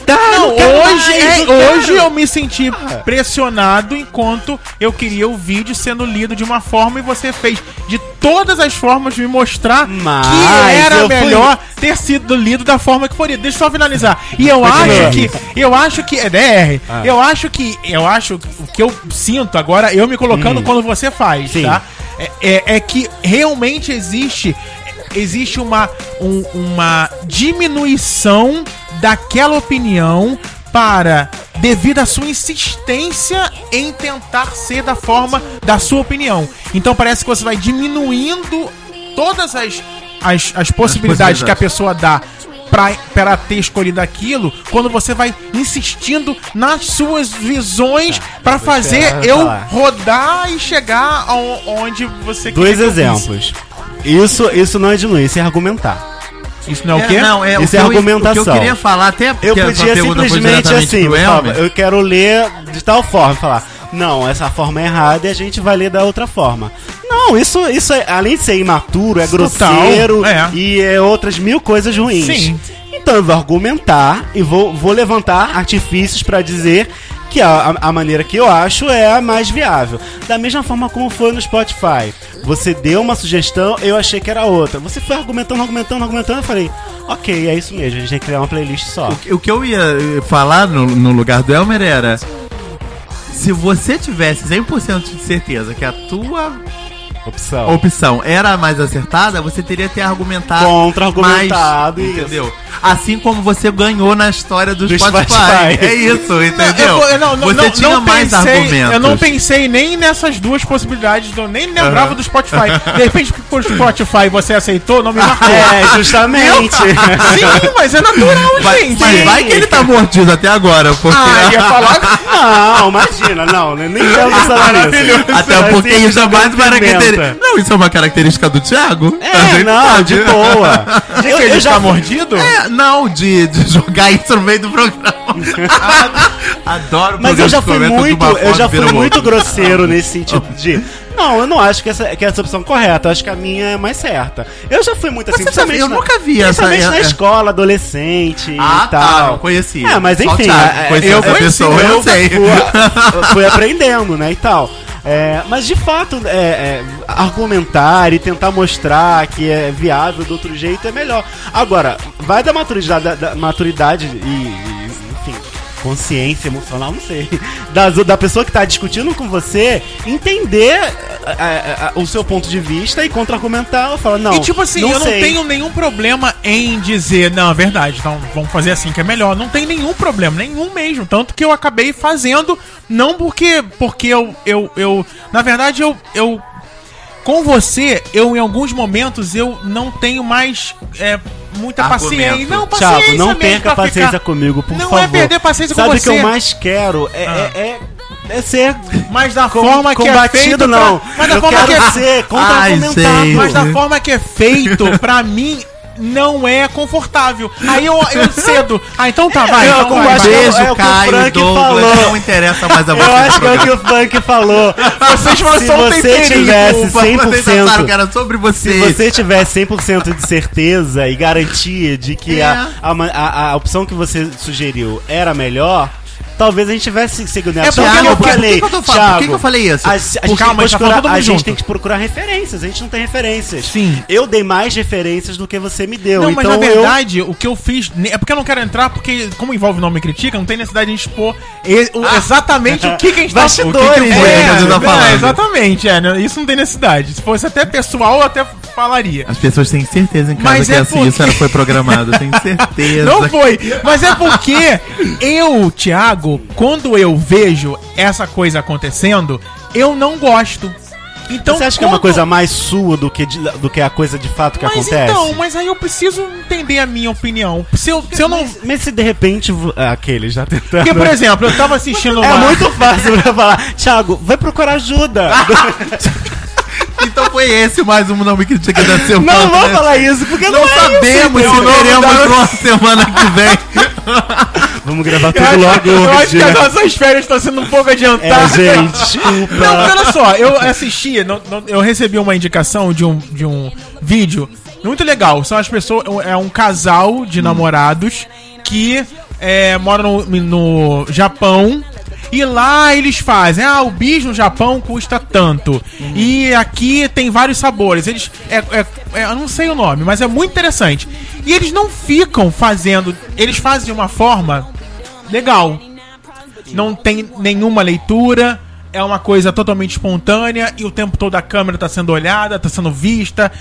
hoje eu me senti pressionado enquanto eu queria o vídeo sendo lido de uma forma e você fez de todas as formas me mostrar que era melhor ter sido lido da forma que foi lido. Deixa eu só finalizar. E eu acho que é DR. Eu acho o que eu sinto agora, eu me colocando quando você faz, tá? É que realmente existe uma diminuição daquela opinião devido à sua insistência em tentar ser da forma da sua opinião. Então parece que você vai diminuindo todas as possibilidades que a pessoa dá para ter escolhido aquilo, quando você vai insistindo nas suas visões para fazer rodar e chegar onde você quer. 2 exemplos. Isso não é diminuir, isso é argumentar. Isso não é o quê? Não, Isso é argumentação. O que eu queria falar, até Eu porque podia a pergunta foi simplesmente diretamente assim, pro eu falava, Elmer. eu quero ler de tal forma, falar, não, essa forma é errada e a gente vai ler da outra forma. Não, isso é, além de ser imaturo, é grosseiro e é outras mil coisas ruins. Sim. Então eu vou argumentar e vou levantar artifícios pra dizer que a maneira que eu acho é a mais viável. Da mesma forma como foi no Spotify. Você deu uma sugestão, eu achei que era outra. Você foi argumentando, eu falei, ok, é isso mesmo, a gente tem que criar uma playlist só. O que eu ia falar no lugar do Elmer era: se você tivesse 100% de certeza que a tua opção era a mais acertada, você teria que ter argumentado contra-argumentado, mais, entendeu? Assim como você ganhou na história do Spotify. É isso, entendeu? Você tinha mais argumentos. Eu não pensei nem nessas duas possibilidades, eu nem lembrava do Spotify. De repente, por Spotify você aceitou, não me marcou. Justamente. Sim, mas é natural, gente. Mas vai que ele tá mordido até agora, porque... ia falar... Não, imagina, nem quero pensar nisso. Até porque isso é mais uma característica... Não, isso é uma característica do Thiago. De boa. Ele já mordido? Não, de jogar isso no meio do programa. Adoro. Mas eu já fui muito grosseiro nesse sentido de... Não, eu não acho que essa opção correta. Eu acho que a minha é mais certa. Eu já fui muito assim. Eu nunca vi essa. Principalmente na escola, adolescente e tal. Tá, não conhecia. Mas enfim, eu sei. Fui aprendendo, né, e tal. Mas de fato, argumentar e tentar mostrar que é viável do outro jeito é melhor. Agora, vai da maturidade e enfim, consciência emocional, não sei, da pessoa que tá discutindo com você, entender o seu ponto de vista e contra-argumentar, falar, não, e tipo assim, eu não tenho nenhum problema em dizer, não, é verdade, então vamos fazer assim que é melhor. Não tem nenhum problema, nenhum mesmo. Tanto que eu acabei fazendo, não porque eu na verdade, eu com você, em alguns momentos, eu não tenho mais muita paciência. Não, paciência Thiago, não perca paciência comigo, por favor. Não é perder paciência com você. Sabe o que eu mais quero? É ser... Mas da forma que é feito... Não. Mas da forma que é ser contra-argumentado. Mas da forma que é feito, pra mim... não é confortável. Aí eu cedo. Então tá, vai. Beijo, Caio, Douglas, não interessa mais a você. Eu acho que é o que o Funk falou. Se você tivesse 100%... que era sobre você. Se você tivesse 100% de certeza e garantia de que a opção que você sugeriu era melhor... Talvez a gente tivesse seguido nessa. Por que eu falei isso? A gente tem que procurar referências. A gente não tem referências. Sim. Eu dei mais referências do que você me deu. Não, mas na verdade, o que eu fiz... É porque eu não quero entrar, porque como envolve Não Me Critica, não tem necessidade de a gente expor exatamente o que a gente tá... Bastidores. Exatamente. Isso não tem necessidade. Se fosse até pessoal, eu até falaria. As pessoas têm certeza em casa que isso era foi programado. Tenho certeza. Não foi. Mas é porque Thiago, quando eu vejo essa coisa acontecendo, eu não gosto. Então, você acha que é uma coisa mais sua do que a coisa de fato que acontece? Mas aí eu preciso entender a minha opinião. Se eu não... Mas se de repente... Aquele já tentando... Porque, por exemplo, eu tava assistindo... muito fácil pra falar. Thiago, vai procurar ajuda. Então foi esse mais um Não Me Critica da semana. Não vou falar isso, porque não sabemos se teremos uma semana que vem. Vamos gravar tudo logo. Eu acho que as nossas férias estão sendo um pouco adiantadas. Gente, desculpa. Não, olha só, eu assisti, eu recebi uma indicação de um vídeo muito legal. São as pessoas, é um casal de namorados que moram no Japão. E lá eles fazem, o bis no Japão custa tanto. E aqui tem vários sabores. Eles, eu não sei o nome, mas é muito interessante. E eles não ficam fazendo, eles fazem de uma forma legal. Não tem nenhuma leitura, é uma coisa totalmente espontânea. E o tempo todo a câmera tá sendo olhada, tá sendo vista.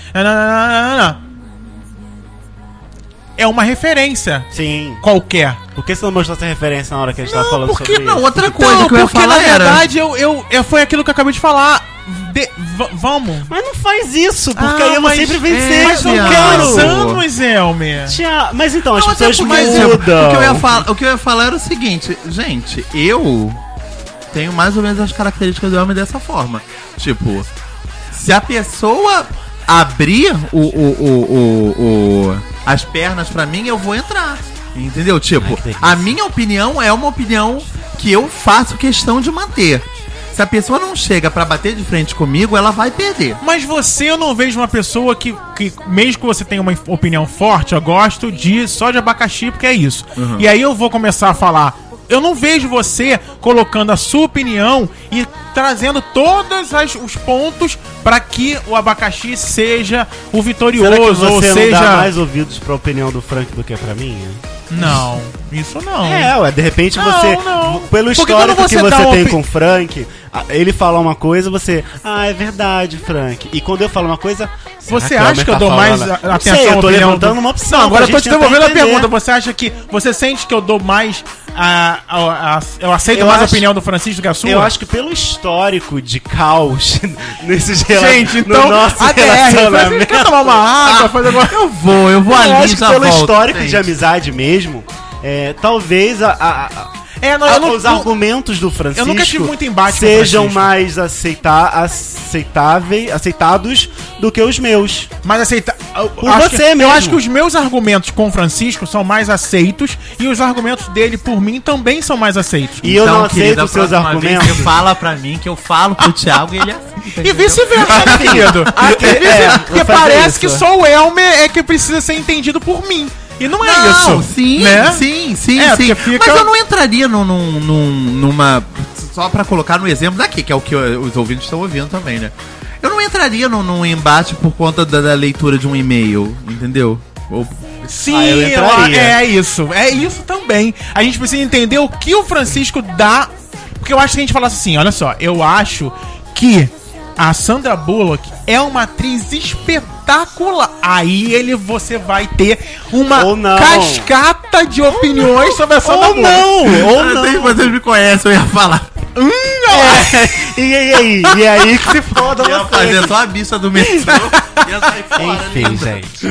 É uma referência. Sim. Qualquer. Por que você não mostrou essa referência na hora que a gente tava falando sobre isso? Outra coisa que eu ia falar na verdade, foi aquilo que eu acabei de falar. Vamos. Mas não faz isso, porque aí eu vou sempre vencer. Mas não quero anos, Elmer. Mas então, as não, pessoas mudam. O que eu ia falar era o seguinte, gente, eu tenho mais ou menos as características do Elmer dessa forma. Tipo, se a pessoa abrir as pernas pra mim, eu vou entrar. Entendeu? Tipo, a minha opinião é uma opinião que eu faço questão de manter. Se a pessoa não chega pra bater de frente comigo, ela vai perder. Mas eu não vejo uma pessoa que mesmo que você tenha uma opinião forte, eu gosto só de abacaxi, porque é isso. Uhum. E aí eu vou começar a falar. Eu não vejo você colocando a sua opinião e trazendo todos os pontos para que o abacaxi seja o vitorioso. Será que você ou não seja... dá mais ouvidos pra opinião do Frank do que pra mim? Não, isso não. Ué, de repente você, não. pelo Porque histórico quando que você você dá tem com o Frank, ele fala uma coisa, você, é verdade, Frank. E quando eu falo uma coisa, você acha que eu dou mais atenção eu tô à opinião levantando uma opção. Não, agora eu pra tô te gente devolvendo a tentar entender. pergunta. Você acha que você sente que eu dou mais eu aceito Eu mais a acho- opinião do Francisco que a sua? Eu acho que pelo histórico de caos nesses Gente, então, no nosso a DR, relacionamento. Francisco, quer tomar uma água, fazer alguma... Eu vou Eu ali acho que já pelo volto, histórico gente. de amizade mesmo, talvez os argumentos do Francisco eu nunca tive muito embate com o sejam Francisco. mais aceitados do que os meus. Mas aceita. Por você mesmo. Eu acho que os meus argumentos com o Francisco são mais aceitos e os argumentos dele por mim também são mais aceitos. E eu não aceito querida, os seus próxima vez argumentos. Você fala pra mim que eu falo pro Thiago e ele aceita. E vice-versa, né, querido? Porque vou fazer parece isso. que só o Elmer é que precisa ser entendido por mim. E não é isso. Sim, né? sim. porque fica- Mas eu não entraria numa... Só pra colocar no exemplo daqui, que é o que os ouvintes estão ouvindo também, né? Eu não entraria num embate por conta da leitura de um e-mail, entendeu? Sim, eu entraria. é isso. É isso também. A gente precisa entender o que o Francisco dá. Porque eu acho que a gente falasse assim, olha só, eu acho que a Sandra Bullock é uma atriz espetacular. Aí você vai ter uma Ou não. cascata de opiniões sobre a Sandra Bullock. Eu sei que vocês me conhecem, eu ia falar. E aí que se foda Ia fazer só a bicha do metrô. Ia sair fora. Enfim, gente.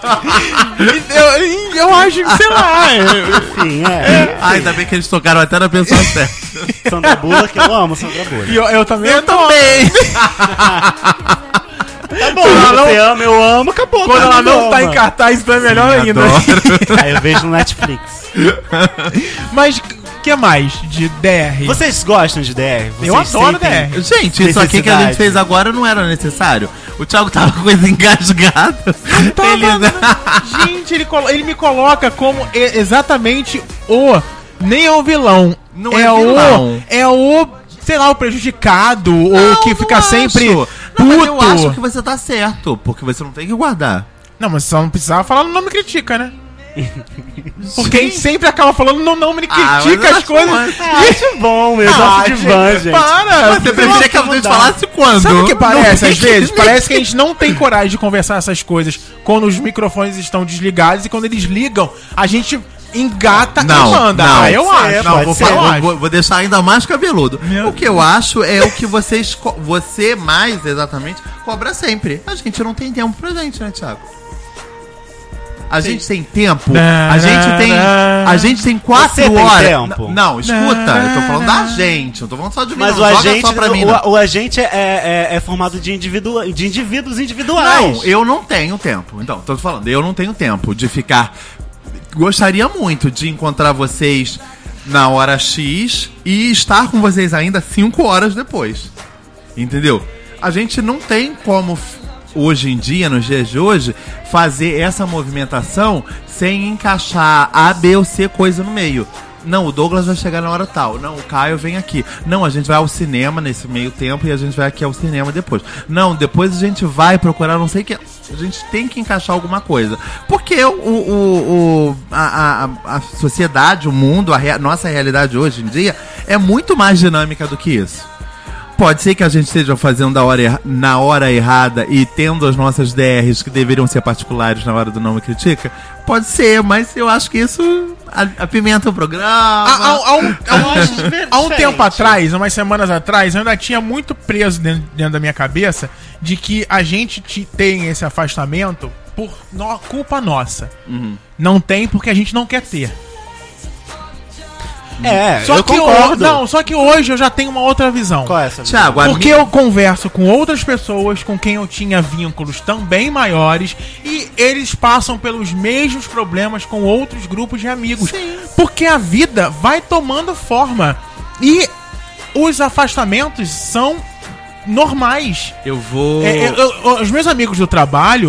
Eu acho que, sei lá. Enfim, Ainda bem que eles tocaram até na pessoa certa. Sandra Bullock, eu amo Sandra Bullock. Eu também. Eu também. Tá bom, Quando ela você ama, eu amo, acabou. Quando ela não ama. tá em cartaz, então é melhor ainda. Aí eu vejo no Netflix. Mas o que mais de DR? Vocês gostam de DR? Vocês Eu adoro sentem- DR. Gente, isso aqui que a gente Necessidade. fez agora não era necessário. O Thiago tava com coisa engasgada. Gente, ele me coloca como exatamente nem é o vilão. Não é vilão. É o, sei lá, o prejudicado, ou que fica sempre Não, puto. mas eu acho que você tá certo, porque você não tem que guardar. Não, mas só não precisava falar no Não Me Critica, né? Porque a gente sempre acaba falando no Não Me Ah, Critica mas eu as acho coisas. Acho bom, eu gosto de van, gente. Para! Você preferia que a gente falasse quando? Sabe o que parece Não, às vezes? Parece que a gente não tem coragem de conversar essas coisas quando os microfones estão desligados e quando eles ligam, a gente engata e manda. Eu ser, acho. Não, pode vou, ser. falar, vou deixar ainda mais cabeludo. Meu O que eu acho é o que você mais exatamente cobra sempre. A gente não tem tempo pra gente, né, Thiago? A gente tem tempo. A gente tem 4 Você tem horas. tempo? Não, escuta, eu tô falando da gente, não tô falando só de mim. Mas não, o joga agente, só pra mim, não. o agente é formado de indivíduos individuais. Não, eu não tenho tempo. Então, tô falando, eu não tenho tempo de ficar. Gostaria muito de encontrar vocês na hora X e estar com vocês ainda 5 horas depois. Entendeu? A gente não tem como, hoje em dia, nos dias de hoje, fazer essa movimentação sem encaixar A, B ou C coisa no meio. Não, o Douglas vai chegar na hora tal. Não, o Caio vem aqui. Não, a gente vai ao cinema nesse meio tempo e a gente vai aqui ao cinema depois. Não, depois a gente vai procurar não sei o que. A gente tem que encaixar alguma coisa. Porque a sociedade, o mundo, nossa realidade hoje em dia é muito mais dinâmica do que isso. Pode ser que a gente esteja fazendo na hora errada e tendo as nossas DRs que deveriam ser particulares na hora do Não Me Critica. Pode ser, mas eu acho que isso apimenta o programa. Há um tempo atrás, umas semanas atrás, eu ainda tinha muito preso dentro da minha cabeça de que a gente tem esse afastamento por culpa nossa. Uhum. Não tem porque a gente não quer ter. Só eu que concordo. só que hoje eu já tenho uma outra visão. Qual é essa? Thiago, Porque eu converso com outras pessoas com quem eu tinha vínculos também maiores e eles passam pelos mesmos problemas com outros grupos de amigos. Sim. Porque a vida vai tomando forma e os afastamentos são normais. eu vou... Os meus amigos do trabalho,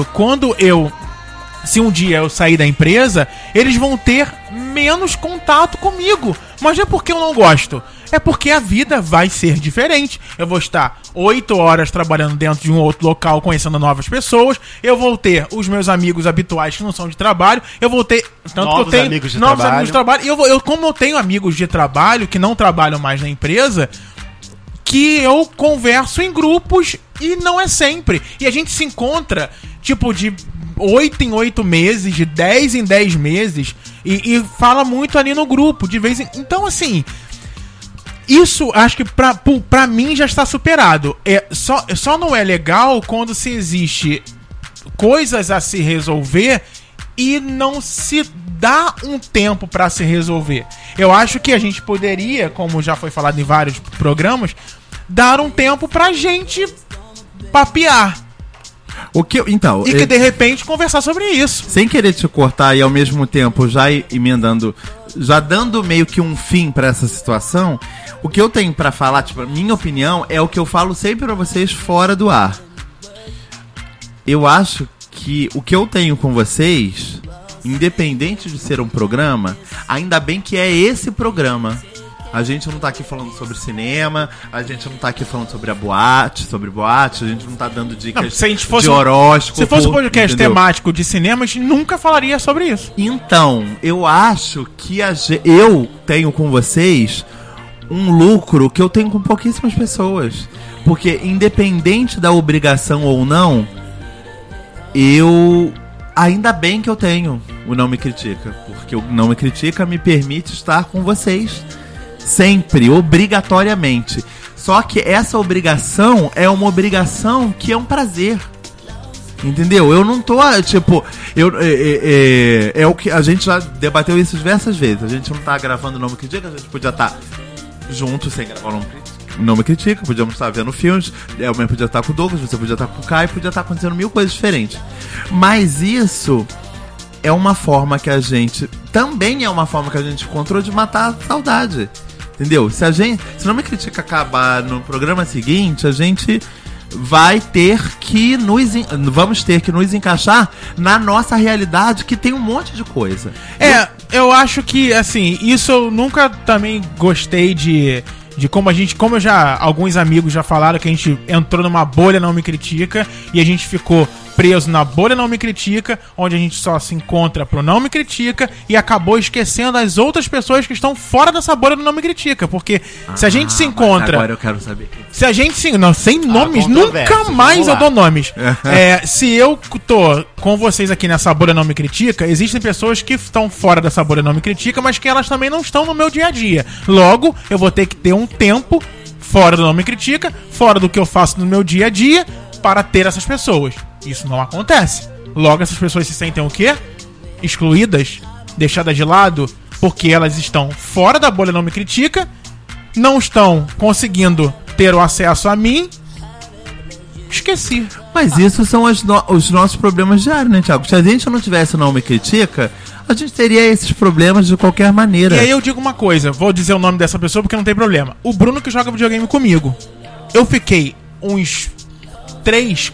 se um dia eu sair da empresa, eles vão ter menos contato comigo. Mas não é porque eu não gosto. É porque a vida vai ser diferente. Eu vou estar 8 horas trabalhando dentro de um outro local, conhecendo novas pessoas. Eu vou ter os meus amigos habituais que não são de trabalho. Eu vou ter... Tanto Novos que eu tenho amigos de novos trabalho. amigos de trabalho. E como eu tenho amigos de trabalho que não trabalham mais na empresa, que eu converso em grupos e não é sempre. E a gente se encontra, tipo, de 8 em 8 meses, de 10 em 10 meses, e fala muito ali no grupo, de vez em... Então, assim, isso acho que pra mim já está superado. Só não é legal quando se existe coisas a se resolver e não se dá um tempo pra se resolver. Eu acho que a gente poderia, como já foi falado em vários programas, dar um tempo pra gente papear. Então, E que de repente conversar sobre isso. sem querer te cortar e ao mesmo tempo já emendando, já dando meio que um fim pra essa situação, o que eu tenho pra falar, tipo, a minha opinião é o que eu falo sempre pra vocês fora do ar. Eu acho que o que eu tenho com vocês, independente de ser um programa, ainda bem que é esse programa. A gente não tá aqui falando sobre cinema, a gente não tá aqui falando sobre boate, a gente não tá dando dicas Não, se a gente fosse de horóscopo. Se fosse um podcast entendeu? temático de cinema, a gente nunca falaria sobre isso. Então, eu acho que eu tenho com vocês um lucro que eu tenho com pouquíssimas pessoas. Porque independente da obrigação ou não, ainda bem que eu tenho o Não Me Critica. Porque o Não Me Critica me permite estar com vocês sempre, obrigatoriamente. Só que essa obrigação é uma obrigação que é um prazer. Entendeu? Eu não tô, tipo... é o que a gente já debateu isso diversas vezes. A gente não tá gravando o Não Me Critica, a gente podia estar junto sem gravar o Não Me Critica, podíamos estar vendo filmes, eu mesmo podia estar com o Douglas, você podia estar com o Caio, podia estar acontecendo mil coisas diferentes. Mas isso é uma forma que a gente... Também é uma forma que a gente encontrou de matar a saudade. Entendeu? Se Não Me Critica acabar no programa seguinte, a gente vai ter que vamos ter que nos encaixar na nossa realidade, que tem um monte de coisa. Eu acho que, assim, isso eu nunca também gostei de como alguns amigos já falaram que a gente entrou numa bolha Não Me Critica e a gente ficou preso na bolha Não Me Critica, onde a gente só se encontra pro Não Me Critica e acabou esquecendo as outras pessoas que estão fora dessa bolha do Não Me Critica, porque se a gente se encontra... Agora eu quero saber. Se a gente se... Não, sem nomes, nunca vamos mais lá. eu dou nomes. Se eu tô com vocês aqui nessa bolha Não Me Critica, existem pessoas que estão fora dessa bolha Não Me Critica, mas que elas também não estão no meu dia a dia. Logo, eu vou ter que ter um tempo fora do Não Me Critica, fora do que eu faço no meu dia a dia, para ter essas pessoas. Isso não acontece. Logo, essas pessoas se sentem o quê? Excluídas, deixadas de lado, porque elas estão fora da bolha Não Me Critica, não estão conseguindo ter o acesso a mim. Esqueci. Mas isso são os nossos problemas diários, né, Thiago? Se a gente não tivesse o Não Me Critica, a gente teria esses problemas de qualquer maneira. E aí eu digo uma coisa, vou dizer o nome dessa pessoa porque não tem problema. O Bruno que joga videogame comigo. Eu fiquei uns 3,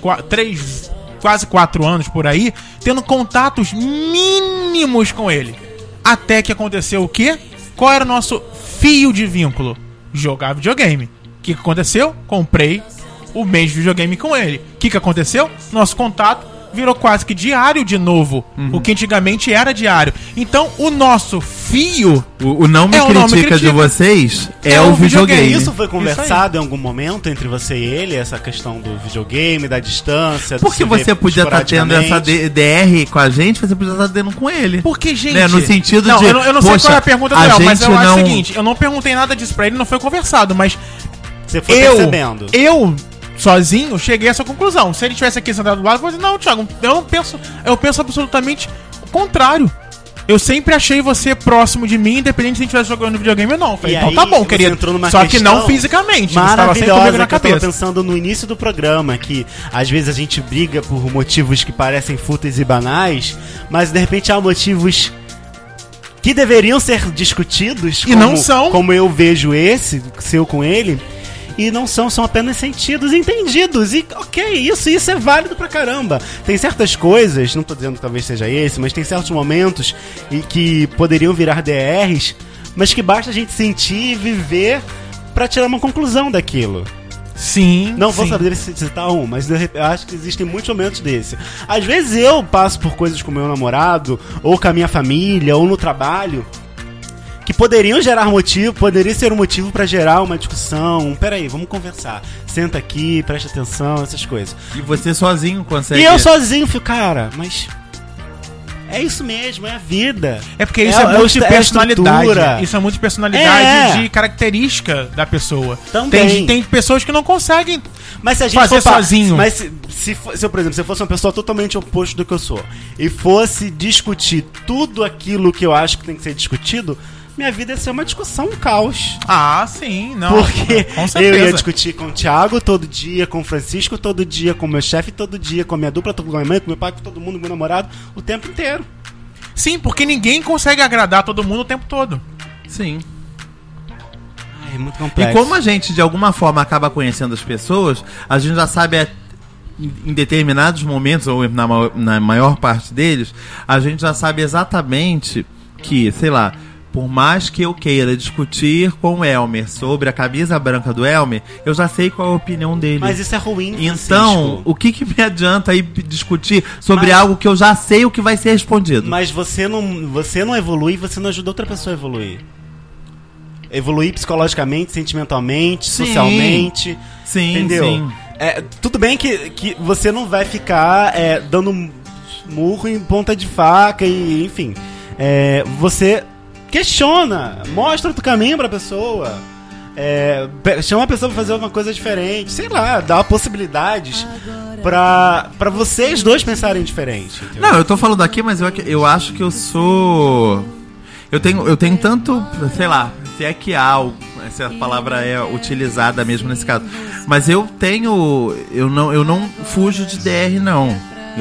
quase 4 anos por aí, tendo contatos mínimos com ele. Até que aconteceu o quê? Qual era o nosso fio de vínculo? Jogar videogame. O que aconteceu? Comprei o mês de videogame com ele. O que aconteceu? Nosso contato virou quase que diário de novo. O que antigamente era diário. Então, o nosso fio... O Não Me Critica de vocês é o videogame. Isso foi conversado em algum momento entre você e ele? Essa questão do videogame, da distância? Porque você podia estar tendo essa DR com a gente, você podia estar tendo com ele. Porque, gente... Né? No sentido não, de... eu não sei qual é a pergunta do Léo, mas eu acho o não... seguinte, eu não perguntei nada disso pra ele, não foi conversado, mas... Você foi percebendo. Eu sozinho, cheguei a essa conclusão. Se ele tivesse aqui sentado do lado, eu vou dizer, não, Thiago, eu penso absolutamente o contrário. Eu sempre achei você próximo de mim, independente se a gente estivesse jogando videogame ou não. Eu falei, E então aí, tá bom, você querido. entrou numa Só que questão não fisicamente. Você estava sempre comigo maravilhosa na que eu tava cabeça. pensando no início do programa, que às vezes a gente briga por motivos que parecem fúteis e banais, mas de repente há motivos que deveriam ser discutidos, E não são. como eu vejo esse, seu com ele, e não são apenas sentidos e entendidos. E ok, isso é válido pra caramba. Tem certas coisas, não tô dizendo que talvez seja esse, mas tem certos momentos e que poderiam virar DRs, mas que basta a gente sentir e viver pra tirar uma conclusão daquilo. Sim. Não vou sim. saber citar um, mas eu acho que existem muitos momentos desse. Às vezes eu passo por coisas com meu namorado, ou com a minha família, ou no trabalho, que poderiam gerar motivo, poderia ser um motivo pra gerar uma discussão. Peraí, vamos conversar. Senta aqui, presta atenção, essas coisas. E você sozinho consegue... E eu sozinho fico, cara, mas... É isso mesmo, é a vida. É porque isso é muito de é a personalidade. estrutura. Isso é muito de personalidade, É. de característica da pessoa. Também. Tem pessoas que não conseguem Mas se a gente fazer for sozinho. Mas se, por exemplo, se eu fosse uma pessoa totalmente oposto do que eu sou e fosse discutir tudo aquilo que eu acho que tem que ser discutido, minha vida ia ser uma discussão, um caos. Ah, sim, não. Porque com eu certeza. ia discutir com o Thiago todo dia, com o Francisco todo dia, com o meu chefe todo dia, com a minha dupla, com a minha mãe, com meu pai, com todo mundo, com meu namorado, o tempo inteiro. Sim, porque ninguém consegue agradar todo mundo o tempo todo. Sim. É muito E complexo. como a gente, de alguma forma, acaba conhecendo as pessoas, a gente já sabe, em determinados momentos, ou na maior parte deles, a gente já sabe exatamente que, sei lá, por mais que eu queira discutir com o Elmer sobre a camisa branca do Elmer, eu já sei qual é a opinião dele. Mas isso é ruim, Então, Francisco. o que me adianta aí discutir sobre algo que eu já sei o que vai ser respondido? Mas você não evolui, você não ajuda outra pessoa a evoluir. Evoluir psicologicamente, sentimentalmente, Sim. socialmente. Sim, Entendeu? sim. Tudo bem que você não vai ficar dando murro em ponta de faca e, enfim. Você questiona, mostra outro caminho pra pessoa. Chama a pessoa pra fazer uma coisa diferente. Sei lá, dá possibilidades pra vocês dois pensarem diferente. Entendeu? Não, eu tô falando aqui, mas eu acho que eu sou... Eu tenho tanto, sei lá, se é que há, se a palavra é utilizada mesmo nesse caso. Mas eu não fujo de DR, não.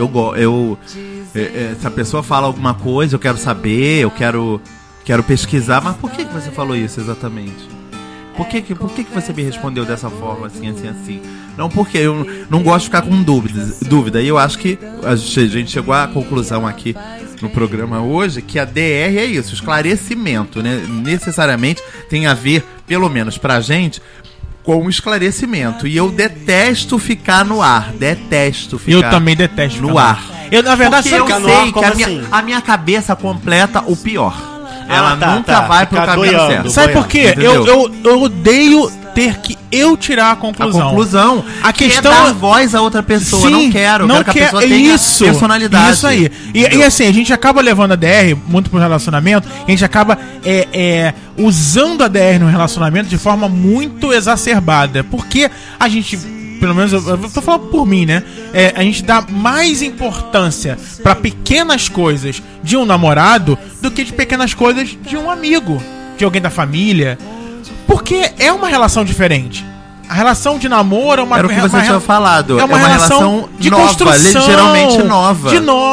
Se a pessoa fala alguma coisa, eu quero saber, eu quero pesquisar. Mas por que você falou isso exatamente? Por que você me respondeu dessa forma, assim? Não, porque eu não gosto de ficar com dúvida. E eu acho que a gente chegou à conclusão aqui no programa hoje que a DR é isso, esclarecimento, né? Necessariamente tem a ver, pelo menos pra gente, com o esclarecimento. E eu detesto ficar no ar. Eu também detesto no ar. Eu, na verdade, Porque eu ficar no ar, sei que como a assim? minha cabeça completa o pior. Ela tá, nunca vai pro ficar caminho doiando. certo. sabe por quê? Entendeu? Eu odeio ter que tirar a A conclusão. conclusão A que questão é dar voz a outra pessoa. Sim, não quero que a pessoa tenha isso, personalidade. Isso aí. E assim, a gente acaba levando a DR muito pro relacionamento, a gente acaba usando a DR no relacionamento de forma muito exacerbada. Porque a gente, pelo menos eu tô falando por mim, né? A gente dá mais importância pra pequenas coisas de um namorado do que de pequenas coisas de um amigo, de alguém da família. Porque é uma relação diferente. A relação de namoro é uma Era o que você tinha falado. É uma relação de nova, construção. geralmente nova.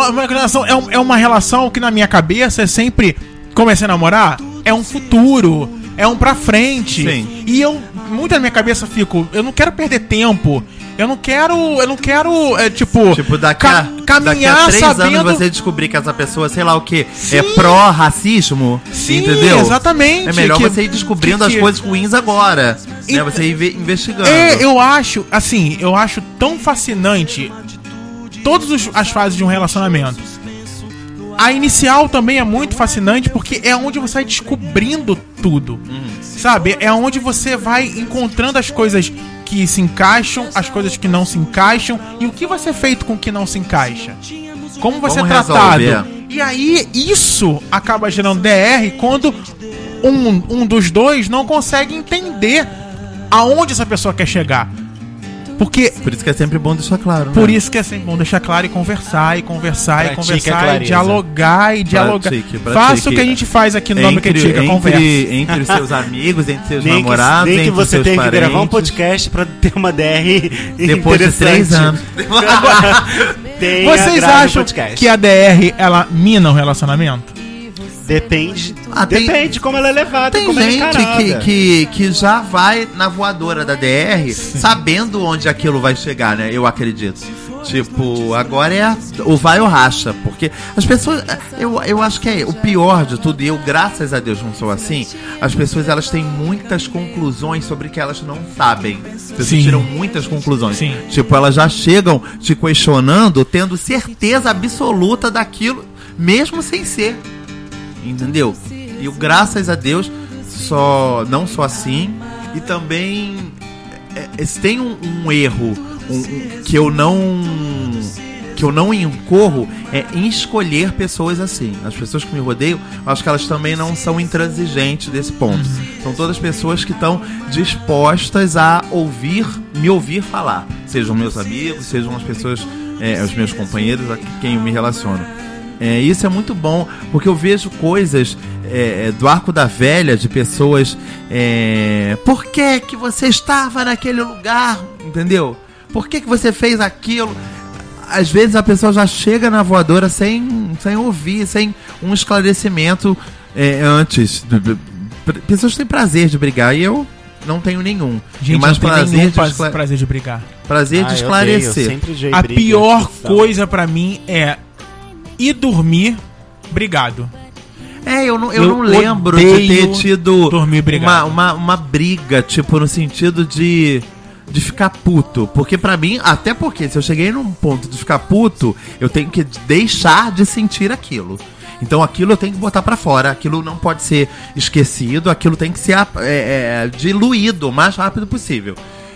É uma relação que na minha cabeça é sempre, comecei a namorar, é um futuro, é um pra frente. Sim. E muito na minha cabeça fico, eu não quero perder tempo. Eu não quero, daqui a caminhar 3 sabendo... anos você descobrir que essa pessoa, sei lá o que, Sim. é pró-racismo, Sim, entendeu? exatamente. É melhor você ir descobrindo as coisas ruins agora, E- né? Você ir investigando. eu acho tão fascinante todas as fases de um relacionamento. A inicial também é muito fascinante porque é onde você vai descobrindo tudo, sabe? É onde você vai encontrando as coisas que se encaixam, as coisas que não se encaixam e o que vai ser feito com o que não se encaixa. Como vai ser tratado. resolver? E aí isso acaba gerando DR quando um dos dois não consegue entender aonde essa pessoa quer chegar. Porque Por isso que é sempre bom deixar claro, né? por isso que é sempre bom deixar claro e conversar, e conversar, Pratica e conversar, e clareza. dialogar, e dialogar. Pratique. Faça o que a gente faz aqui no Nome Critica, conversa. Entre seus amigos, entre seus Nem namorados, que entre você seus tenha que parentes. gravar um podcast pra ter uma DR Depois de 3 anos. Tenha, Vocês grave um acham podcast. que a DR, ela mina o relacionamento? Depende. Tem- Depende de como ela é levada, Tem como ela é gente encarada. que já vai na voadora da DR sabendo onde aquilo vai chegar, né? Eu acredito. Tipo, agora é o vai ou racha. Porque as pessoas. Eu acho que é o pior de tudo, e eu, graças a Deus, não sou assim. As pessoas, elas têm muitas conclusões sobre que elas não sabem. As pessoas Sim. tiram muitas conclusões. Sim. Tipo, elas já chegam te questionando, tendo certeza absoluta daquilo, mesmo sem ser. Entendeu? E eu, graças a Deus, não só assim. E também se tem um erro que eu não incorro, é em escolher pessoas assim. As pessoas que me rodeiam, eu acho que elas também não são intransigentes desse ponto. São todas pessoas que estão dispostas a me ouvir falar. Sejam meus amigos, sejam as pessoas, os meus companheiros a quem eu me relaciono. Isso é muito bom, porque eu vejo coisas do Arco da Velha, de pessoas. Por que você estava naquele lugar? Entendeu? Por que você fez aquilo? Às vezes a pessoa já chega na voadora sem ouvir, sem um esclarecimento antes. Pessoas têm prazer de brigar e eu não tenho nenhum. Gente, mais não tem nenhum de prazer de brigar. prazer de esclarecer. Eu sempre odiei A briga, pior discussão. coisa pra mim é ir dormir brigado. Eu não Eu lembro de odeio ter tido dormir brigado. uma briga, tipo, no sentido de ficar puto. Porque pra mim, até porque se eu cheguei num ponto de ficar puto, eu tenho que deixar de sentir aquilo. Então aquilo eu tenho que botar pra fora, aquilo não pode ser esquecido, aquilo tem que ser diluído o mais rápido possível.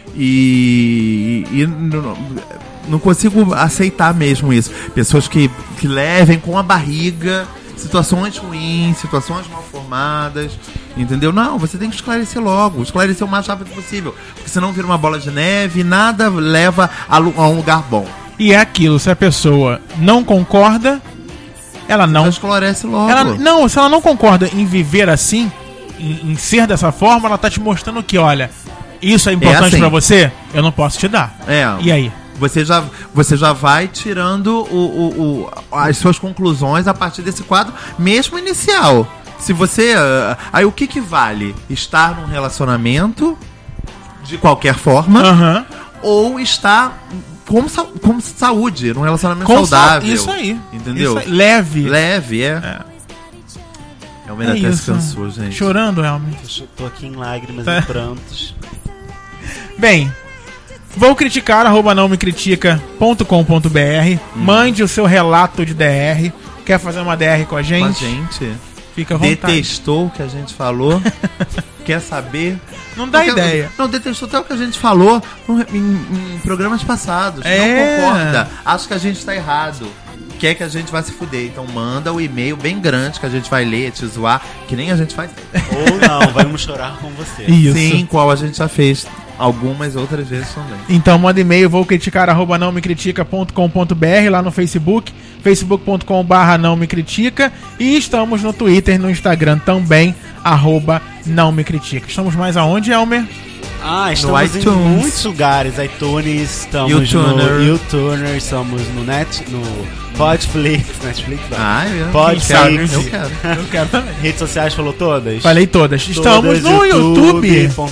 E não consigo aceitar mesmo isso. Pessoas que levem com a barriga situações ruins, situações mal formadas, entendeu? Não, você tem que esclarecer logo, esclarecer o mais rápido possível, porque senão vira uma bola de neve e nada leva a um lugar bom. E é aquilo, se a pessoa não concorda, ela não... Esclarece logo. Se ela não concorda em viver assim, em ser dessa forma, ela tá te mostrando que, olha, isso é importante assim. pra você, eu não posso te dar. E aí? Você já vai tirando as suas conclusões a partir desse quadro, mesmo inicial. Se você... aí o que vale? Estar num relacionamento de qualquer forma, ou estar com saúde, num relacionamento saudável. Isso aí. Entendeu? Isso aí. Leve. Elmer até isso. se cansou, gente. Chorando, Elmer. Eu tô aqui em lágrimas Tá. e prantos. Bem, vou criticar, @naomecritica.com.br. Mande o seu relato de DR. Quer fazer uma DR com a Com a gente? gente. Fica à vontade. Detestou o que a gente falou. Quer saber? Não dá ideia. Não, detestou até o que a gente falou em programas passados. É. Não concorda. Acho que a gente tá errado. Quer que a gente vá se fuder. Então manda o e-mail bem grande que a gente vai ler, te zoar, que nem a gente faz. Ou não, vamos chorar com você. Isso. Sim, qual a gente já fez algumas outras vezes também. Então manda e-mail, vou criticar, @naomecritica.com.br, lá no Facebook, facebook.com/naomecritica, e estamos no Twitter e no Instagram também, @naomecritica. Estamos mais aonde, Elmer? Estamos em iTunes. muitos lugares. iTunes, estamos YouTuner. no YouTuner, estamos no Podflix, Netflix, não. Eu Podflix. quero. Eu quero também. Redes sociais falou todas? Falei todas. Estamos no YouTube.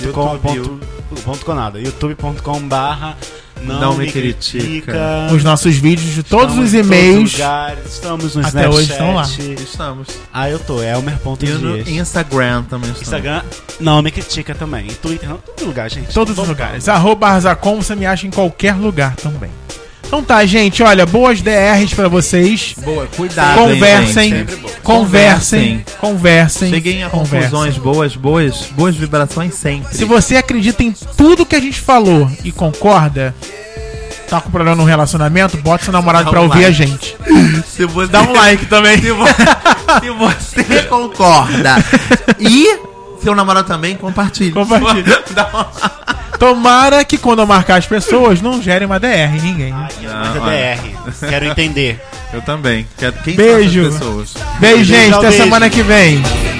youtube.com/não Não me me critica. Os nossos vídeos de todos Estamos os em e-mails. lugares, estamos no Até hoje estão lá. Snapchat. Estamos. Eu tô, E no Elmer.dias. Instagram também estamos. Instagram, não me critica também. Twitter, não, todo lugar, gente. Todos os Vamos- lugares. @Arzacom, você me acha em qualquer lugar também. Então tá, gente, olha, boas DRs pra vocês. Boa, cuidado. Conversem, hein, gente. conversem. Cheguem a conversem. conclusões boas vibrações sempre. Se você acredita em tudo que a gente falou e concorda, tá com problema no relacionamento, bota seu namorado Dá pra um ouvir like. a gente. Se você... Dá um like também. Se você concorda e seu namorado também, compartilhe. Compartilha. Dá uma- Tomara que quando eu marcar as pessoas não gerem uma DR em ninguém. Mas é DR. Quero entender. Eu também. Quem Beijo. são essas pessoas? Beijo, gente. Até Beijo. semana que vem.